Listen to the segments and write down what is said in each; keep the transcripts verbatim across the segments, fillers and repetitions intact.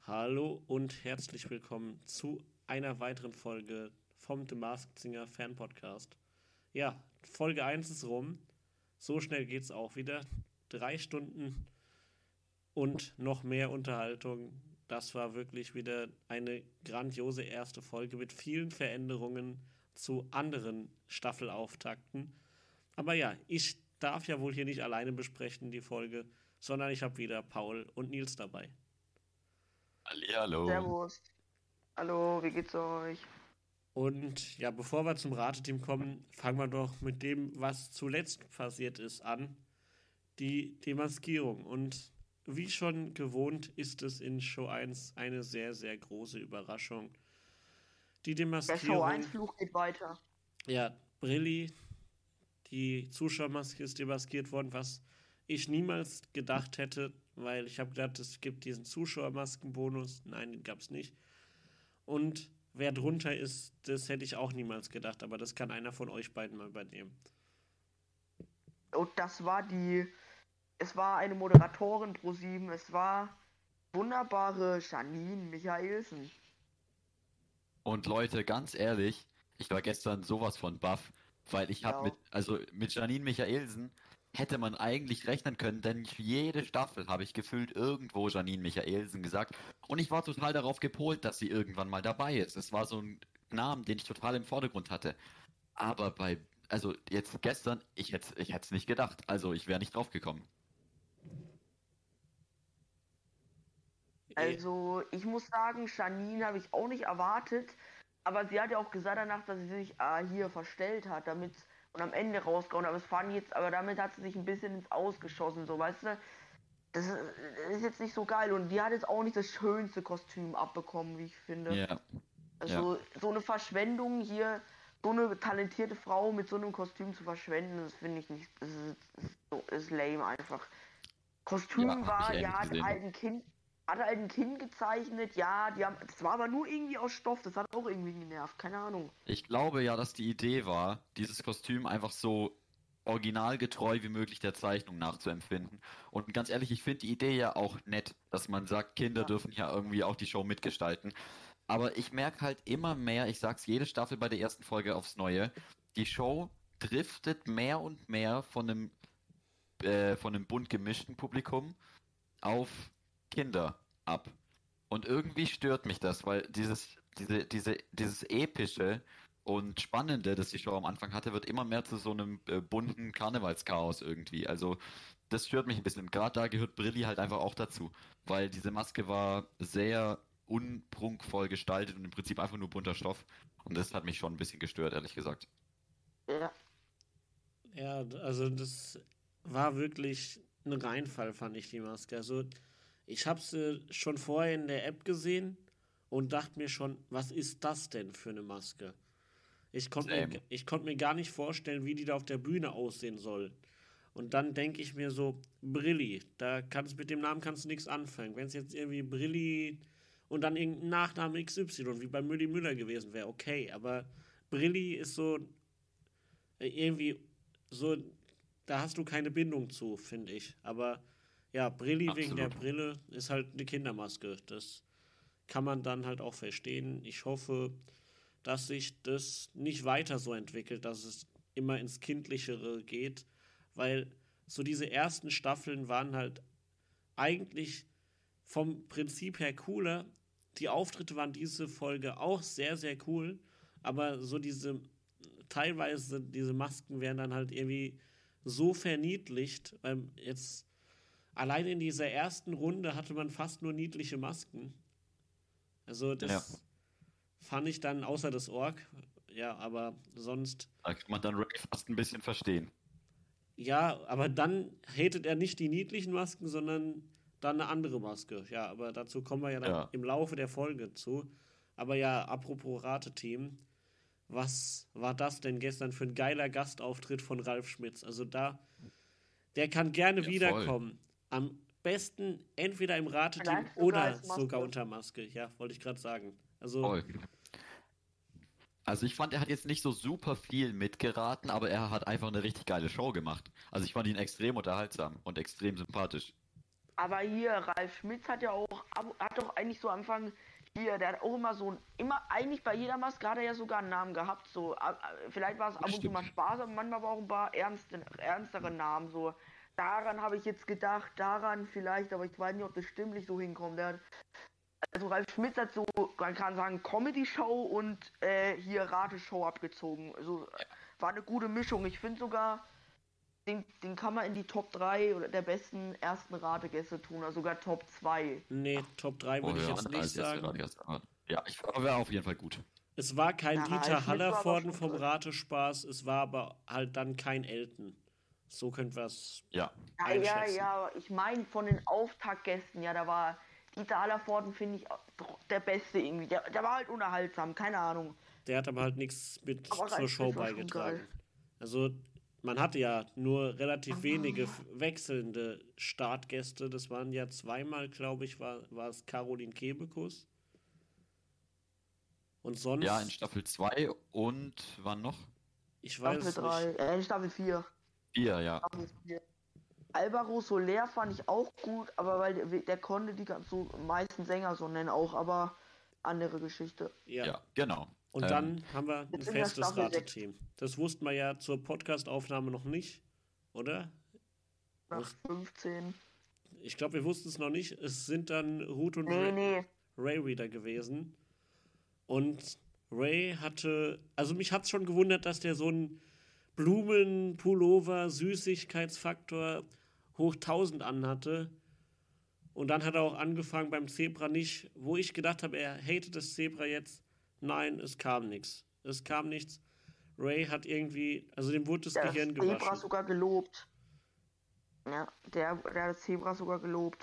Hallo und herzlich willkommen zu einer weiteren Folge vom The Masked Singer Fan Podcast. Ja, Folge eins ist rum. So schnell geht's auch wieder. Drei Stunden und noch mehr Unterhaltung. Das war wirklich wieder eine grandiose erste Folge mit vielen Veränderungen zu anderen Staffelauftakten. Aber ja, ich darf ja wohl hier nicht alleine besprechen, die Folge, sondern ich habe wieder Paul und Nils dabei. Hallihallo. Servus. Hallo, wie geht's euch? Und ja, bevor wir zum Rateteam kommen, fangen wir doch mit dem, was zuletzt passiert ist, an. Die Demaskierung. Und wie schon gewohnt ist es in Show eins eine sehr, sehr große Überraschung. Die Der Demaskierung. Show eins Fluch geht weiter. Ja, Brilli, die Zuschauermaske ist demaskiert worden, was ich niemals gedacht hätte, weil ich habe gedacht, es gibt diesen Zuschauermaskenbonus. Nein, den gab es nicht. Und wer drunter ist, das hätte ich auch niemals gedacht, aber das kann einer von euch beiden mal übernehmen. Und das war die. Es war eine Moderatorin pro sieben. Es war wunderbare Janine Michaelsen. Und Leute, ganz ehrlich, ich war gestern sowas von baff, weil ich habe Ja. mit, also mit Janine Michaelsen hätte man eigentlich rechnen können, denn für jede Staffel habe ich gefühlt irgendwo Janine Michaelsen gesagt und ich war total darauf gepolt, dass sie irgendwann mal dabei ist. Es war so ein Name, den ich total im Vordergrund hatte. Aber bei, also jetzt gestern, ich hätte ich hätte es nicht gedacht. Also ich wäre nicht drauf gekommen. Also, ich muss sagen, Janine habe ich auch nicht erwartet. Aber sie hat ja auch gesagt danach, dass sie sich äh, hier verstellt hat, damit und am Ende rausgehauen. Aber es fand jetzt, aber damit hat sie sich ein bisschen ins Ausgeschossen, so weißt du. Das ist, das ist jetzt nicht so geil. Und die hat jetzt auch nicht das schönste Kostüm abbekommen, wie ich finde. Ja, Also so eine Verschwendung hier, so eine talentierte Frau mit so einem Kostüm zu verschwenden, das finde ich nicht, das ist, das ist, so, ist lame einfach. Kostüm Ja, hab war, ich ja, ähnlich hat gesehen. halt ein Kind, hat halt ein Kind gezeichnet, ja, die haben, das war aber nur irgendwie aus Stoff, das hat auch irgendwie genervt, keine Ahnung. Ich glaube ja, dass die Idee war, dieses Kostüm einfach so originalgetreu wie möglich der Zeichnung nachzuempfinden. Und ganz ehrlich, ich finde die Idee ja auch nett, dass man sagt, Kinder Ja. dürfen ja irgendwie auch die Show mitgestalten. Aber ich merke halt immer mehr, ich sag's jede Staffel bei der ersten Folge aufs Neue, die Show driftet mehr und mehr von einem, äh, von einem bunt gemischten Publikum auf Kinder ab. Und irgendwie stört mich das, weil dieses, diese, diese, dieses epische und spannende, das die Show am Anfang hatte, wird immer mehr zu so einem äh, bunten Karnevalschaos irgendwie. Also das stört mich ein bisschen. Gerade da gehört Brilli halt einfach auch dazu, weil diese Maske war sehr unprunkvoll gestaltet und im Prinzip einfach nur bunter Stoff. Und das hat mich schon ein bisschen gestört, ehrlich gesagt. Ja, Ja, also das war wirklich ein Reinfall, fand ich, die Maske. Also ich habe sie schon vorher in der App gesehen und dachte mir schon, was ist das denn für eine Maske? Ich konnte mir, Same. ich konnt mir gar nicht vorstellen, wie die da auf der Bühne aussehen soll. Und dann denke ich mir so, Brilli, da kannst mit dem Namen kannst du nichts anfangen. Wenn es jetzt irgendwie Brilli und dann irgendein Nachname X Y, wie bei Mülli Müller gewesen wäre, okay. Aber Brilli ist so äh, irgendwie so, da hast du keine Bindung zu, finde ich. Aber ja, Brilli wegen der Absolut. Brille ist halt eine Kindermaske. Das kann man dann halt auch verstehen. Ich hoffe, dass sich das nicht weiter so entwickelt, dass es immer ins Kindlichere geht, weil so diese ersten Staffeln waren halt eigentlich vom Prinzip her cooler. Die Auftritte waren diese Folge auch sehr, sehr cool, aber so diese, teilweise diese Masken werden dann halt irgendwie so verniedlicht, weil jetzt allein in dieser ersten Runde hatte man fast nur niedliche Masken. Also das Ja. fand ich dann außer das Ork, ja, aber sonst, Da kann man dann Ray fast ein bisschen verstehen. ja, aber dann hatet er nicht die niedlichen Masken, sondern dann eine andere Maske. Ja, aber dazu kommen wir ja dann Ja. im Laufe der Folge zu. Aber ja, apropos Rateteam, was war das denn gestern für ein geiler Gastauftritt von Ralf Schmitz? Also da, der kann gerne Ja, voll. wiederkommen. Am besten entweder im Rateteam vielleicht sogar oder als Maske. sogar unter Maske. Ja, wollte ich gerade sagen. Also, Voll. Also ich fand, er hat jetzt nicht so super viel mitgeraten, aber er hat einfach eine richtig geile Show gemacht. Also ich fand ihn extrem unterhaltsam und extrem sympathisch. Aber hier, Ralf Schmitz hat ja auch, hat doch eigentlich so am Anfang hier, der hat auch immer so, immer, eigentlich bei jeder Maske hat er ja sogar einen Namen gehabt, so, vielleicht war es ab und zu mal Spaß, aber manchmal war auch ein paar ernste, ernstere Namen, so. Daran habe ich jetzt gedacht, daran vielleicht, aber ich weiß nicht, ob das stimmlich so hinkommt. Der hat, also Ralf Schmitz hat so, man kann sagen, Comedy-Show und äh, hier Rateshow abgezogen. Also war eine gute Mischung. Ich finde sogar, den, den kann man in die Top drei oder der besten ersten Rategäste tun, oder sogar Top zwei. Nee, Top drei würde Oh, ich ja, jetzt nicht sagen. Rategäste. Ja, ich wäre auf jeden Fall gut. Es war kein Ja, Dieter Ralf Schmitz war aber Hallervorden schon vom drin. Ratespaß, es war aber halt dann kein Elton. So könnte wir es Ja. Ja, ja, einschätzen. ja, ich meine von den Auftaktgästen, ja, da war Dieter Hallervorden, finde ich, doch der Beste irgendwie. Der, der war halt unterhaltsam, keine Ahnung. Der hat aber halt nichts mit Aber Ralf zur Schmitz Show war schon beigetragen. geil. Also man hatte ja nur relativ wenige f- wechselnde Startgäste. Das waren ja zweimal, glaube ich, war, war es Caroline Kebekus. Und sonst, Ja, in Staffel zwei und wann noch? ich weiß Staffel drei, nicht. äh, Staffel vier. vier, ja. Staffel vier. Alvaro Soler fand ich auch gut, aber weil der, der konnte die ganz so meisten Sänger so nennen auch, aber andere Geschichte. Ja. Ja, genau. Und Ähm, dann haben wir ein jetzt sind wir festes Staffel sechs. Rateteam. Das wussten wir ja zur Podcastaufnahme noch nicht, oder? Nach Wus- fünfzehn. Ich glaube, wir wussten es noch nicht. Es sind dann Ruth und Nee, Ray, nee. Ray wieder gewesen. Und Ray hatte, also mich hat es schon gewundert, dass der so einen Blumenpullover, Süßigkeitsfaktor hoch tausend anhatte. Und dann hat er auch angefangen beim Zebra nicht, wo ich gedacht habe, er hatet das Zebra jetzt. Nein, es kam nichts. Es kam nichts. Ray hat irgendwie, also dem wurde das Der hat Gehirn das Zebra gewaschen. sogar gelobt. Ja, der, der hat das Zebra sogar gelobt.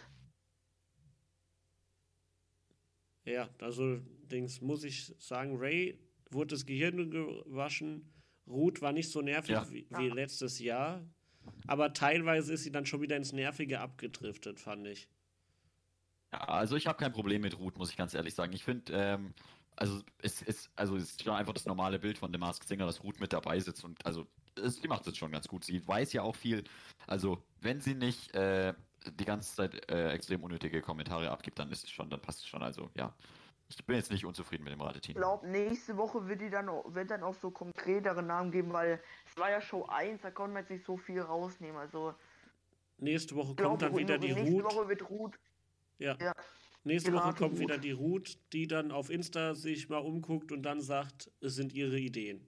Ja, also Dings muss ich sagen, Ray wurde das Gehirn gewaschen. Ruth war nicht so nervig Ja. wie, wie letztes Jahr. Aber teilweise ist sie dann schon wieder ins Nervige abgedriftet, fand ich. Ja, also ich habe kein Problem mit Ruth, muss ich ganz ehrlich sagen. Ich finde, ähm, also es ist, also es ist schon einfach das normale Bild von The Masked Singer, dass Ruth mit dabei sitzt und also es, sie macht es schon ganz gut. Sie weiß ja auch viel. Also wenn sie nicht äh, die ganze Zeit äh, extrem unnötige Kommentare abgibt, dann ist es schon, dann passt es schon. Also ja, ich bin jetzt nicht unzufrieden mit dem Ich Rateteam. glaube, nächste Woche wird die dann auch, wird dann auch so konkretere Namen geben, weil es war ja Show eins, da konnte man jetzt nicht so viel rausnehmen. Also Nächste Woche ich kommt glaube, dann wieder die nächste Ruth. Woche wird Ruth. Ja. Ja. Nächste Die Woche Rate kommt Ruth. wieder die Ruth, die dann auf Insta sich mal umguckt und dann sagt, es sind ihre Ideen.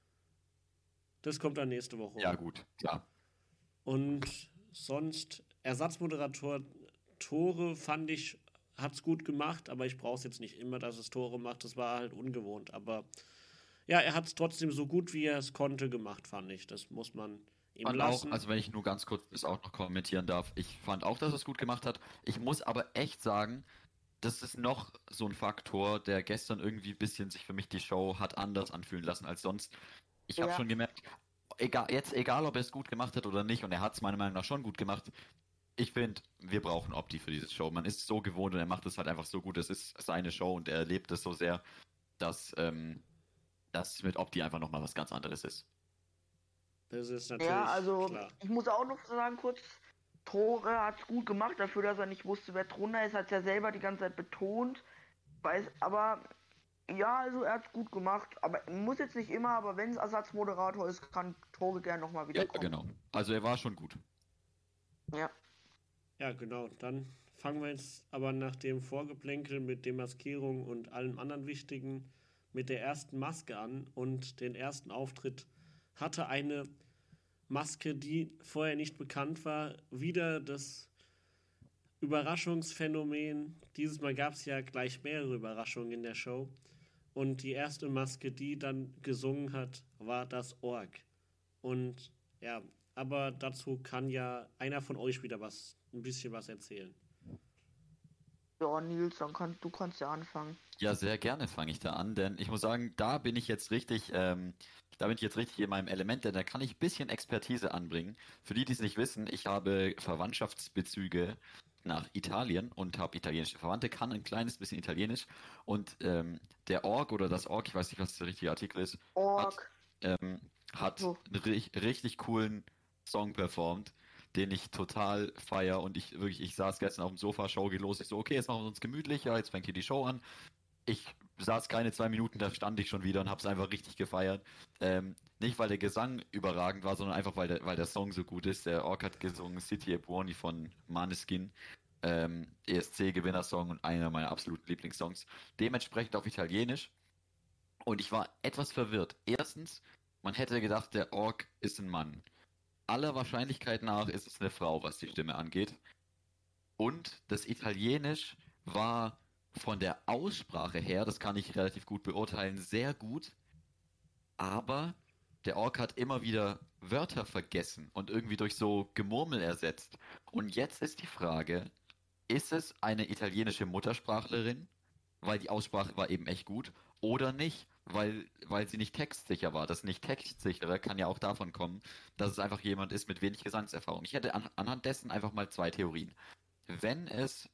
Das kommt dann nächste Woche. Ja gut, klar. Und sonst, Ersatzmoderator Tore fand ich, hat's gut gemacht, aber ich brauche es jetzt nicht immer, dass es Tore macht. Das war halt ungewohnt. Aber ja, er hat es trotzdem so gut, wie er es konnte, gemacht, fand ich. Das muss man ihm Fand auch, lassen. also wenn ich nur ganz kurz das auch noch kommentieren darf, ich fand auch, dass er es gut gemacht hat. Ich muss aber echt sagen, das ist noch so ein Faktor, der gestern irgendwie ein bisschen sich für mich die Show hat anders anfühlen lassen als sonst. Ich habe Ja. schon gemerkt, egal, jetzt egal, ob er es gut gemacht hat oder nicht, und er hat es meiner Meinung nach schon gut gemacht. Ich finde, wir brauchen Opti für diese Show. Man ist so gewohnt und er macht es halt einfach so gut. Es ist seine Show und er erlebt es so sehr, dass ähm, das mit Opti einfach nochmal was ganz anderes ist. Das ist natürlich Ja, also klar. ich muss auch noch sagen kurz, Tore hat es gut gemacht, dafür, dass er nicht wusste, wer drunter ist, hat es ja selber die ganze Zeit betont. Weiß, aber ja, also er hat es gut gemacht, aber muss jetzt nicht immer, aber wenn es Ersatzmoderator ist, kann Tore gerne nochmal Ja, wiederkommen. genau. Also er war schon gut. Ja. Ja, genau. Dann fangen wir jetzt aber nach dem Vorgeplänkel mit Demaskierung und allem anderen Wichtigen mit der ersten Maske an. Und den ersten Auftritt hatte eine Maske, die vorher nicht bekannt war. Wieder das Überraschungsphänomen. Dieses Mal gab es ja gleich mehrere Überraschungen in der Show. Und die erste Maske, die dann gesungen hat, war das Org. Und ja, aber dazu kann ja einer von euch wieder was, ein bisschen was erzählen. Ja, Nils, dann kannst du kannst ja anfangen. Ja, sehr gerne fange ich da an, denn ich muss sagen, da bin ich jetzt richtig, ähm, da bin ich jetzt richtig in meinem Element, denn da kann ich ein bisschen Expertise anbringen. Für die, die es nicht wissen, ich habe Verwandtschaftsbezüge nach Italien und habe italienische Verwandte, kann ein kleines bisschen Italienisch und ähm, der Org oder das Org, ich weiß nicht, was der richtige Artikel ist, Org. ähm, hat So. einen ri richtig coolen Song performt, den ich total feier und ich wirklich, ich saß gestern auf dem Sofa, Show geht los, ich so, okay, jetzt machen wir uns gemütlich, ja, jetzt fängt hier die Show an. Ich saß keine zwei Minuten, da stand ich schon wieder und hab's einfach richtig gefeiert. Ähm, nicht, weil der Gesang überragend war, sondern einfach, weil der, weil der Song so gut ist. Der Ork hat gesungen City Ebony von Maneskin, ähm, E S C-Gewinnersong und einer meiner absoluten Lieblingssongs. Dementsprechend auf Italienisch. Und ich war etwas verwirrt. Erstens, man hätte gedacht, der Ork ist ein Mann. Aller Wahrscheinlichkeit nach ist es eine Frau, was die Stimme angeht. Und das Italienisch war von der Aussprache her, das kann ich relativ gut beurteilen, sehr gut. Aber der Ork hat immer wieder Wörter vergessen und irgendwie durch so Gemurmel ersetzt. Und jetzt ist die Frage, ist es eine italienische Muttersprachlerin, weil die Aussprache war eben echt gut, oder nicht, weil, weil sie nicht textsicher war. Das nicht textsichere kann ja auch davon kommen, dass es einfach jemand ist mit wenig Gesangserfahrung. Ich hätte an, anhand dessen einfach mal zwei Theorien. Wenn es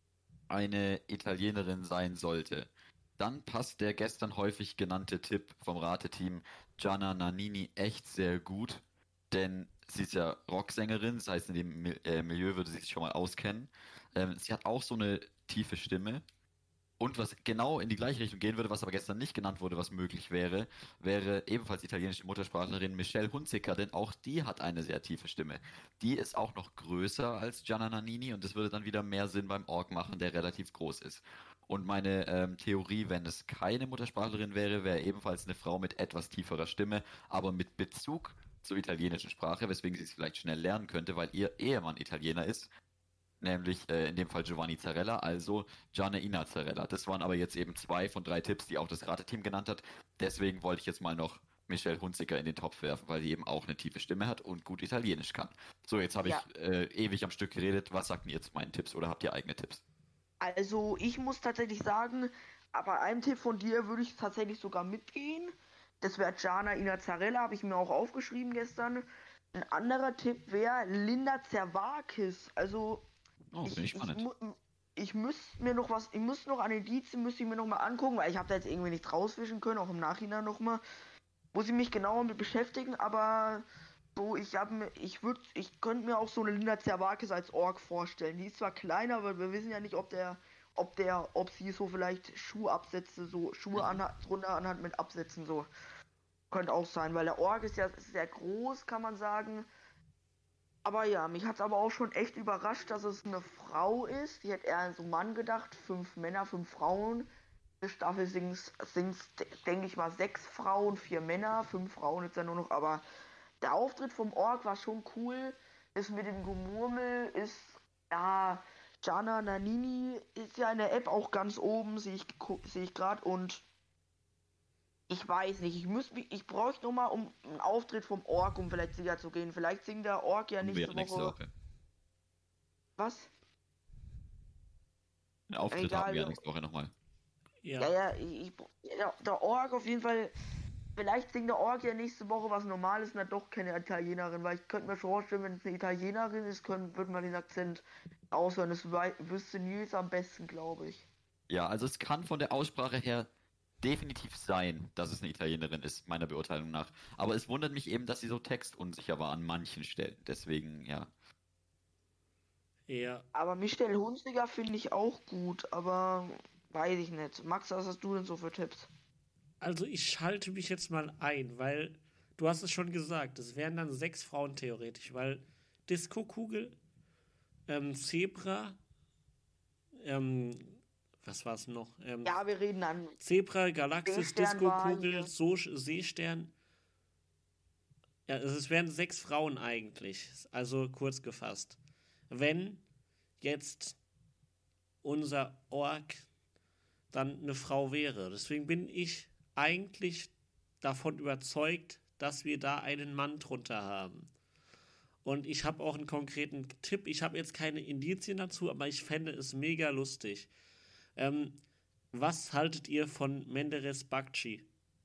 eine Italienerin sein sollte, dann passt der gestern häufig genannte Tipp vom Rateteam Gianna Nannini echt sehr gut, denn sie ist ja Rocksängerin, das heißt, in dem Mi- äh, Milieu würde sie sich schon mal auskennen. Ähm, sie hat auch so eine tiefe Stimme. Und was genau in die gleiche Richtung gehen würde, was aber gestern nicht genannt wurde, was möglich wäre, wäre ebenfalls italienische Muttersprachlerin Michelle Hunziker, denn auch die hat eine sehr tiefe Stimme. Die ist auch noch größer als Gianna Nannini und das würde dann wieder mehr Sinn beim Org machen, der relativ groß ist. Und meine ähm, Theorie, wenn es keine Muttersprachlerin wäre, wäre ebenfalls eine Frau mit etwas tieferer Stimme, aber mit Bezug zur italienischen Sprache, weswegen sie es vielleicht schnell lernen könnte, weil ihr Ehemann Italiener ist. Nämlich äh, in dem Fall Giovanni Zarella, also Gianna Zarella. Das waren aber jetzt eben zwei von drei Tipps, die auch das Rateteam genannt hat. Deswegen wollte ich jetzt mal noch Michelle Hunziker in den Topf werfen, weil sie eben auch eine tiefe Stimme hat und gut Italienisch kann. So, jetzt habe Ja. ich äh, ewig am Stück geredet. Was sagt ihr jetzt meinen Tipps oder habt ihr eigene Tipps? Also ich muss tatsächlich sagen, bei einem Tipp von dir würde ich tatsächlich sogar mitgehen. Das wäre Gianna Inazzarella, habe ich mir auch aufgeschrieben gestern. Ein anderer Tipp wäre Linda Zervakis. Also Oh, ich, bin ich ich, spannend. mu- ich müsste mir noch was, ich müsste noch an Indizien, müsste ich mir noch mal angucken, weil ich habe da jetzt irgendwie nichts rausfischen können, auch im Nachhinein noch mal. Muss ich mich genauer mit beschäftigen, aber so, ich habe mir, ich würde, ich könnte mir auch so eine Linda Zervakis als Ork vorstellen. Die ist zwar kleiner, aber wir wissen ja nicht, ob der, ob der, ob sie so vielleicht Schuhabsätze, so Schuhe Mhm. anhat, drunter anhat mit Absätzen, so. Könnte auch sein, weil der Ork ist ja sehr groß, kann man sagen. Aber ja, mich hat es aber auch schon echt überrascht, dass es eine Frau ist. Ich hätte eher an so einen Mann gedacht. Fünf Männer, fünf Frauen. Die Staffel sind es, denke ich mal, sechs Frauen, vier Männer. Fünf Frauen jetzt ja nur noch. Aber der Auftritt vom Ork war schon cool. Ist mit dem Gemurmel, ist, ja, Gianna Nannini ist ja in der App auch ganz oben, sehe ich, sehe ich gerade. Und ich weiß nicht, ich muss, ich bräuchte noch mal um einen Auftritt vom Ork, um vielleicht sicher zu gehen. Vielleicht singt der Ork ja Haben wir nächste ja nächste Woche. Woche. Was? Einen Auftritt Egal, haben wir ja ja. nächste Woche nochmal. Ja. Ja, ja, ich, ich, ja, der Ork auf jeden Fall. Vielleicht singt der Ork ja nächste Woche was Normales und dann doch keine Italienerin, weil ich könnte mir schon vorstellen, wenn es eine Italienerin ist, können, würde man den Akzent aushören. Das wei- wüsste Nils am besten, glaube ich. Ja, also es kann von der Aussprache her definitiv sein, dass es eine Italienerin ist, meiner Beurteilung nach. Aber es wundert mich eben, dass sie so textunsicher war an manchen Stellen. Deswegen, ja. Ja. Aber Michelle Hunziker finde ich auch gut, aber weiß ich nicht. Max, was hast du denn so für Tipps? Also ich schalte mich jetzt mal ein, weil du hast es schon gesagt, es wären dann sechs Frauen theoretisch, weil Disco-Kugel, ähm, Zebra, ähm, was war es noch? Ähm, Ja, wir reden an. Zebra, Galaxis, Seestern war Disco-Kugel, hier. so Seestern. Ja, also es wären sechs Frauen eigentlich. Also kurz gefasst. Wenn jetzt unser Ork dann eine Frau wäre. Deswegen bin ich eigentlich davon überzeugt, dass wir da einen Mann drunter haben. Und ich habe auch einen konkreten Tipp. Ich habe jetzt keine Indizien dazu, aber ich fände es mega lustig. Ähm, was haltet ihr von Menderes Bakci?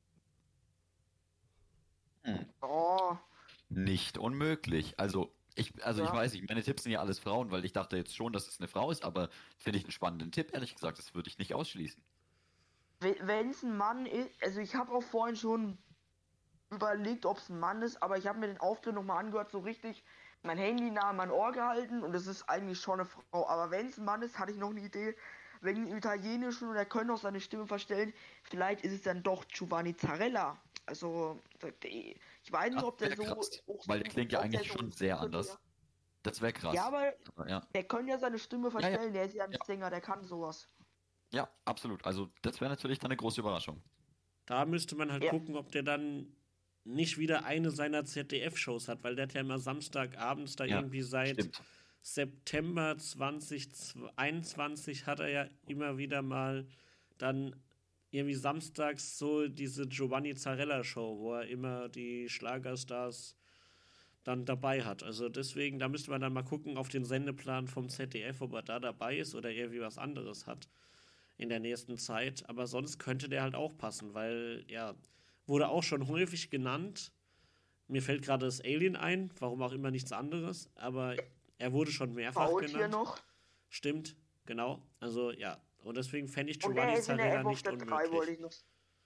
Hm. Oh, Nicht unmöglich. Also, ich, also ich ja. weiß nicht, meine Tipps sind ja alles Frauen, weil ich dachte jetzt schon, dass es eine Frau ist, aber finde ich einen spannenden Tipp, ehrlich gesagt, das würde ich nicht ausschließen. Wenn es ein Mann ist, also ich habe auch vorhin schon überlegt, ob es ein Mann ist, aber ich habe mir den Auftritt nochmal angehört, so richtig mein Handy nah an mein Ohr gehalten und es ist eigentlich schon eine Frau. Aber wenn es ein Mann ist, hatte ich noch eine Idee, wegen dem Italienischen und er könnte auch seine Stimme verstellen, vielleicht ist es dann doch Giovanni Zarella. Also, ich weiß nicht, Das ob der wäre so... krass, auch weil der so- klingt ja ob der eigentlich so schon sehr könnte, anders. ja. Das wäre krass. Ja, aber Aber ja. der könnte ja seine Stimme ja. verstellen, der ist ja ein Ja. Sänger, der kann sowas. Ja, absolut. Also das wäre natürlich dann eine große Überraschung. Da müsste man halt Ja. gucken, ob der dann nicht wieder eine seiner Z D F-Shows hat, weil der hat ja immer Samstagabends da Ja, irgendwie seit Stimmt. September zwanzig einundzwanzig hat er ja immer wieder mal dann irgendwie samstags so diese Giovanni Zarella Show, wo er immer die Schlagerstars dann dabei hat. Also deswegen, da müsste man dann mal gucken auf den Sendeplan vom Z D F, ob er da dabei ist oder irgendwie was anderes hat in der nächsten Zeit. Aber sonst könnte der halt auch passen, weil, ja, wurde auch schon häufig genannt. Mir fällt gerade das Alien ein, warum auch immer nichts anderes, aber er wurde schon mehrfach Faultier genannt. noch. Stimmt, genau. Also, ja. Und deswegen fände ich Und der Giovanni ist in der Zarella App auf nicht der drei, wollte unmöglich. ich noch.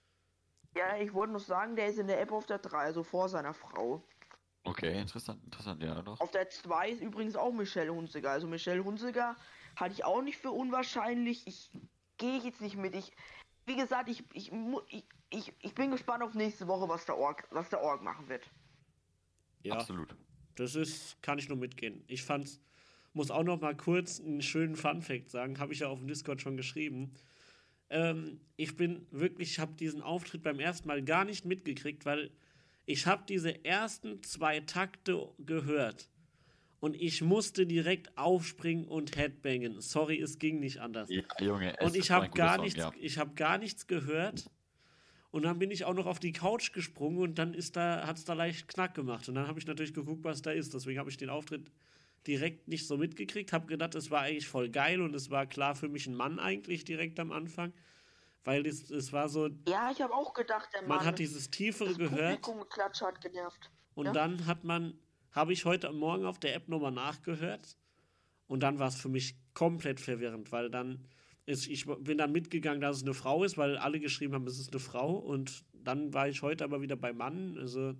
Ja, ich wollte noch sagen, der ist in der App auf der drei, also vor seiner Frau. Okay, interessant, interessant, ja doch. Auf der zwei ist übrigens auch Michelle Hunziker. Also Michelle Hunziker halte ich auch nicht für unwahrscheinlich. Ich gehe jetzt nicht mit. Ich, wie gesagt, ich, ich, mu- ich, ich, ich bin gespannt auf nächste Woche, was der Org, was der Org machen wird. Ja, Absolut. das ist, kann ich nur mitgehen. Ich fand's, muss auch noch mal kurz einen schönen Funfact sagen, habe ich ja auf dem Discord schon geschrieben. Ähm, ich bin wirklich, ich habe diesen Auftritt beim ersten Mal gar nicht mitgekriegt, weil ich habe diese ersten zwei Takte gehört und ich musste direkt aufspringen und headbangen. Sorry, es ging nicht anders. Ja, Junge, es Und ich ist so habe ein guter gar Song, nichts, ja. ich habe gar nichts gehört. Und dann bin ich auch noch auf die Couch gesprungen und dann ist da, hat es da leicht Knack gemacht. Und dann habe ich natürlich geguckt, was da ist. Deswegen habe ich den Auftritt direkt nicht so mitgekriegt. Habe gedacht, es war eigentlich voll geil und es war klar für mich ein Mann eigentlich direkt am Anfang. Weil es, es war so, Ja, ich habe auch gedacht, der man Mann. hat dieses Tiefere das gehört Publikumklatsch hat genervt. und ja? dann hat man, habe ich heute Morgen auf der App nochmal nachgehört und dann war es für mich komplett verwirrend, weil dann ist, ich bin dann mitgegangen, dass es eine Frau ist, weil alle geschrieben haben, es ist eine Frau und dann war ich heute aber wieder bei Mann, also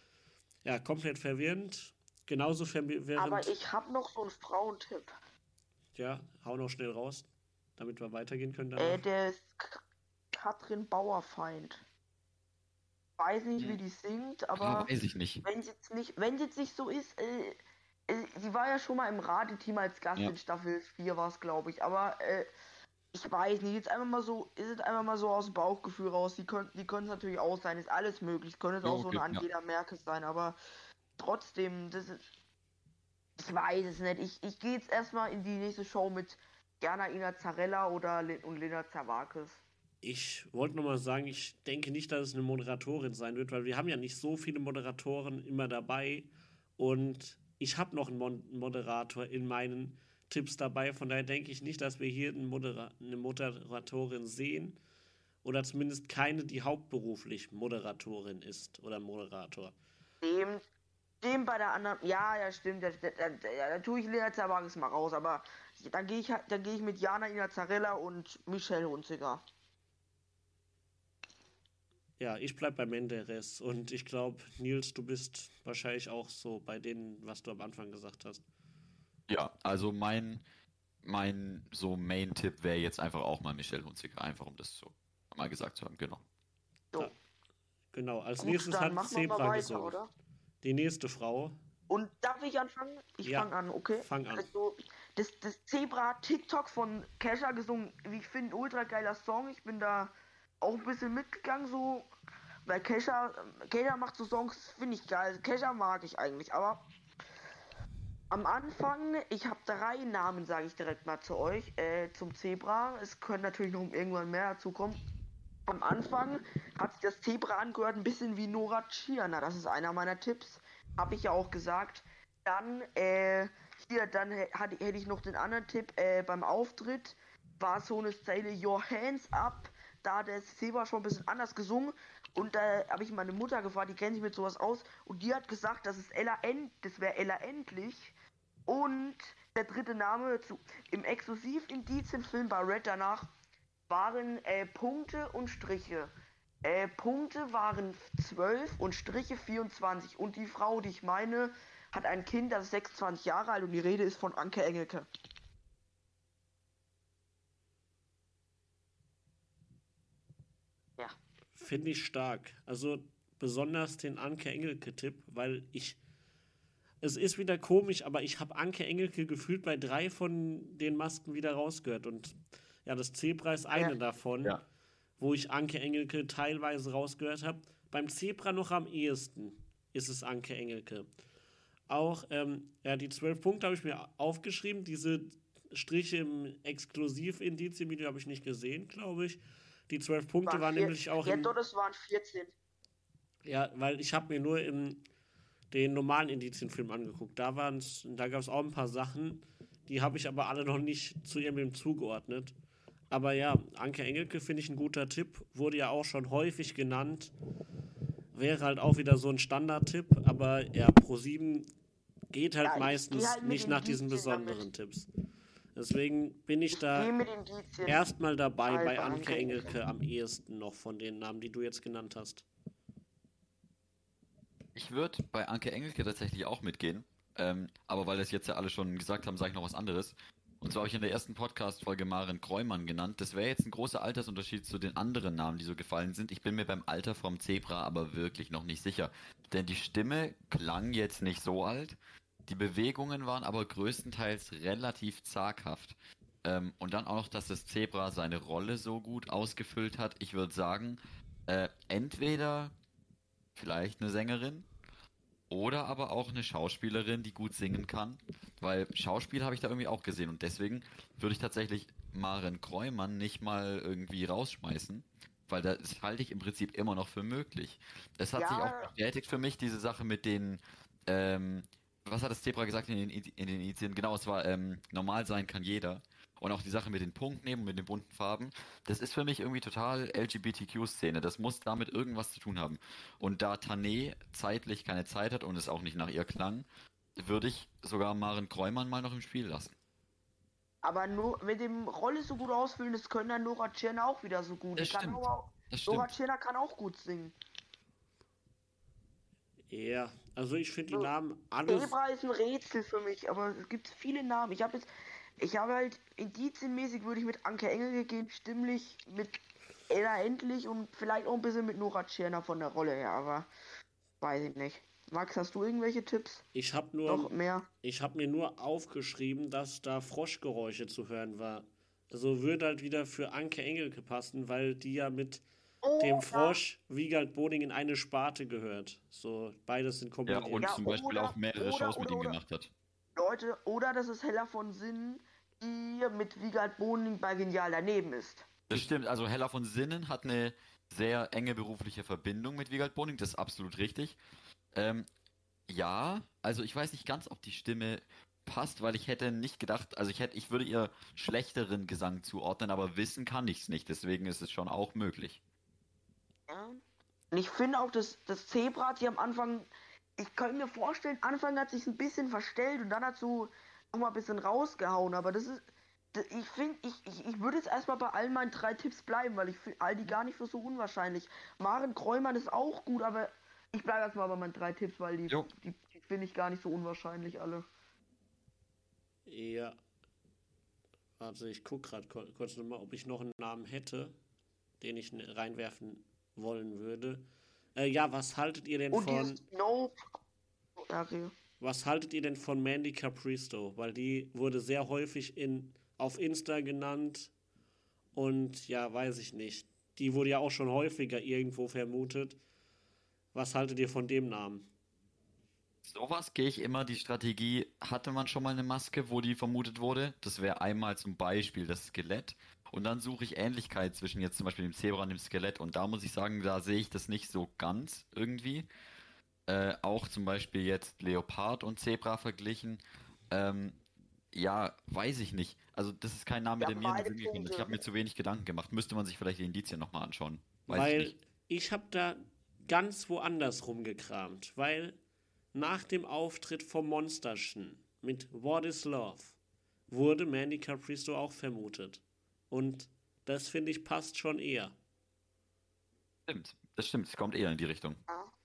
ja, komplett verwirrend, genauso verwirrend, Aber ich habe noch so einen Frauentipp. ja, hau noch schnell raus, damit wir weitergehen können danach. Äh, der ist K- Katrin Bauerfeind. Weiß nicht, Hm. wie die singt, Aber aber weiß ich nicht. wenn es jetzt nicht, wenn es jetzt nicht so ist, äh, äh, sie war ja schon mal im Radeteam als Gast Ja. in Staffel vier war es, glaube ich, aber äh, ich weiß nicht, jetzt einfach mal so, ist es einfach mal so aus dem Bauchgefühl raus, die können die können es natürlich auch sein, ist alles möglich, könnte es Ja, auch so okay, eine ja. Angela Merkel sein, aber trotzdem, das ist, ich weiß es nicht, ich, ich gehe jetzt erstmal in die nächste Show mit Jana Ina Zarella oder Le und Lena Zerwakis. Ich wollte noch mal sagen, ich denke nicht, dass es eine Moderatorin sein wird, weil wir haben ja nicht so viele Moderatoren immer dabei und ich habe noch einen Mon Moderator in meinen Tipps dabei, von daher denke ich nicht, dass wir hier einen Modera eine Moderatorin sehen oder zumindest keine, die hauptberuflich Moderatorin ist oder Moderator. Dem, dem bei der anderen, ja, ja, stimmt, da, da, da, da, da tue ich Lena Zerwakis mal raus, aber da gehe ich, halt- da gehe ich mit Jana Ina Zarella und Michelle Hunziker. Ja, ich bleib bei Menderes und ich glaube, Nils, du bist wahrscheinlich auch so bei denen, was du am Anfang gesagt hast. Ja, also mein, mein so Main-Tipp wäre jetzt einfach auch mal Michelle Hunziker, einfach um das so mal gesagt zu haben, genau. So. Ja. Genau, als Gut, nächstes dann hat machen wir mal Zebra weiter, gesungen. oder? Die nächste Frau, Und darf ich anfangen? Ich Ja, fange an, okay? fang an. Also, das, das Zebra TikTok von Kesha gesungen, wie ich finde, ultra geiler Song. Ich bin da auch ein bisschen mitgegangen, so. Weil Kesha, Kesha macht so Songs, finde ich geil. Kesha mag ich eigentlich, aber am Anfang, ich habe drei Namen, sage ich direkt mal zu euch, äh, zum Zebra. Es können natürlich noch irgendwann mehr dazu kommen. Am Anfang hat sich das Zebra angehört, ein bisschen wie Nora Tschirner. Das ist einer meiner Tipps. Habe ich ja auch gesagt. Dann, äh, hier, dann hä- hatte, hätte ich noch den anderen Tipp. Äh, beim Auftritt war so eine Zeile Your Hands Up. Da hat der Zebra schon ein bisschen anders gesungen. Und da habe ich meine Mutter gefragt, die kennt sich mit sowas aus. Und die hat gesagt, das ist Ella End, das wäre Ella Endlich. Und der dritte Name zu, im Exklusivindizienfilm bei Red danach waren äh, Punkte und Striche. Äh, Punkte waren zwölf und Striche vierundzwanzig. Und die Frau, die ich meine, hat ein Kind, das ist sechsundzwanzig Jahre alt und die Rede ist von Anke Engelke. Ja. Finde ich stark. Also besonders den Anke Engelke-Tipp, weil ich. Es ist wieder komisch, aber ich habe Anke Engelke gefühlt bei drei von den Masken wieder rausgehört. Und ja, das Zebra ist eine Ja. davon, Ja. wo ich Anke Engelke teilweise rausgehört habe. Beim Zebra noch am ehesten ist es Anke Engelke. Auch, ähm, ja, die zwölf Punkte habe ich mir aufgeschrieben. Diese Striche im Exklusiv-Indizien-Video habe ich nicht gesehen, glaube ich. Die zwölf Punkte Waren waren vier- nämlich auch Ja, im. doch, es waren vierzehn. Ja, weil ich habe mir nur im, den normalen Indizienfilm angeguckt. Da waren's, da gab es auch ein paar Sachen, die habe ich aber alle noch nicht zu ihrem zugeordnet. Aber ja, Anke Engelke finde ich ein guter Tipp. Wurde ja auch schon häufig genannt. Wäre halt auch wieder so ein Standardtipp, aber ja, ProSieben geht halt Ja, ich geh meistens halt mit nicht nach diesen Indizien besonderen damit. Tipps. Deswegen bin ich Ich da gehe mit Indizien. erstmal dabei halt bei bei Anke Anke Engelke. Engelke am ehesten noch von den Namen, die du jetzt genannt hast. Ich würde bei Anke Engelke tatsächlich auch mitgehen. Ähm, aber weil das jetzt ja alle schon gesagt haben, sage ich noch was anderes. Und zwar habe ich in der ersten Podcast-Folge Maren Kreumann genannt. Das wäre jetzt ein großer Altersunterschied zu den anderen Namen, die so gefallen sind. Ich bin mir beim Alter vom Zebra aber wirklich noch nicht sicher. Denn die Stimme klang jetzt nicht so alt. Die Bewegungen waren aber größtenteils relativ zaghaft. Ähm, und dann auch noch, dass das Zebra seine Rolle so gut ausgefüllt hat. Ich würde sagen, äh, entweder vielleicht eine Sängerin oder aber auch eine Schauspielerin, die gut singen kann. Weil Schauspiel habe ich da irgendwie auch gesehen und deswegen würde ich tatsächlich Maren Kreumann nicht mal irgendwie rausschmeißen, weil das halte ich im Prinzip immer noch für möglich. Es hat Ja. sich auch bestätigt für mich, diese Sache mit den, ähm, was hat das Zebra gesagt in den, in den Indizien? Genau, es war, ähm, normal sein kann jeder. Und auch die Sache mit den Punkten eben, mit den bunten Farben, das ist für mich irgendwie total L G B T Q-Szene. Das muss damit irgendwas zu tun haben. Und da Tané zeitlich keine Zeit hat und es auch nicht nach ihr klang, würde ich sogar Maren Kreumann mal noch im Spiel lassen. Aber nur mit dem Rolle so gut ausfüllen, das können dann Nora Tschirner auch wieder so gut. Das Die kann stimmt. aber, Das Nora stimmt. Tschirner kann auch gut singen. Ja, also ich finde die So, Namen alle. Zebra ist ein Rätsel für mich, aber es gibt viele Namen. Ich habe jetzt, ich habe halt indizienmäßig würde ich mit Anke Engelke gehen, stimmlich mit Ella Endlich und vielleicht auch ein bisschen mit Nora Tschirner von der Rolle her, aber weiß ich nicht. Max, hast du irgendwelche Tipps? Ich habe Noch nur, mehr? ich habe mir nur aufgeschrieben, dass da Froschgeräusche zu hören war. Also würde halt wieder für Anke Engelke passen, weil die ja mit Oh, dem ja. Frosch Wiegald Boding in eine Sparte gehört. So, beides sind Ja, kombiniert. und Ja, zum Beispiel oder- auch mehrere oder- Shows mit oder- ihm oder- gemacht hat. Leute, oder das ist Hella von Sinnen, die mit Wiegald Boning bei Genial daneben ist. Das stimmt, also Hella von Sinnen hat eine sehr enge berufliche Verbindung mit Wiegald Boning, das ist absolut richtig. Ähm, ja, also ich weiß nicht ganz, ob die Stimme passt, weil ich hätte nicht gedacht, also ich hätte, ich würde ihr schlechteren Gesang zuordnen, aber wissen kann ich es nicht, deswegen ist es schon auch möglich. Ja. Und ich finde auch, dass das Zebra hat sich am Anfang, ich kann mir vorstellen, Anfang hat sich ein bisschen verstellt und dann hat so nochmal ein bisschen rausgehauen, aber das ist, das, ich finde, ich, ich, ich würde jetzt erstmal bei all meinen drei Tipps bleiben, weil ich finde all die gar nicht für so unwahrscheinlich. Maren Kreumann ist auch gut, aber ich bleibe erstmal bei meinen drei Tipps, weil die, Jo. die, die finde ich gar nicht so unwahrscheinlich alle. Ja. Warte, ich gucke gerade kurz nochmal, ob ich noch einen Namen hätte, den ich ne- reinwerfen wollen würde. Äh, ja, was haltet ihr denn Und von. dieses No. Okay. Was haltet ihr denn von Mandy Capristo? Weil die wurde sehr häufig in, auf Insta genannt und ja, weiß ich nicht. Die wurde ja auch schon häufiger irgendwo vermutet. Was haltet ihr von dem Namen? Sowas gehe ich immer, die Strategie, hatte man schon mal eine Maske, wo die vermutet wurde? Das wäre einmal zum Beispiel das Skelett. Und dann suche ich Ähnlichkeit zwischen jetzt zum Beispiel dem Zebra und dem Skelett. Und da muss ich sagen, da sehe ich das nicht so ganz irgendwie. Äh, auch zum Beispiel jetzt Leopard und Zebra verglichen. Ähm, ja, weiß ich nicht. Also das ist kein Name, Ja, der mir in den beide Sinn gekommen ist. Ich Punkte. habe mir zu wenig Gedanken gemacht. Müsste man sich vielleicht die Indizien nochmal anschauen. Weiß Weil ich nicht. ich habe da ganz woanders rumgekramt. Weil nach dem Auftritt vom Monsterchen mit What is Love wurde Mandy Capristo auch vermutet. Und das finde ich passt schon eher. Stimmt, das stimmt. Es kommt eher in die Richtung.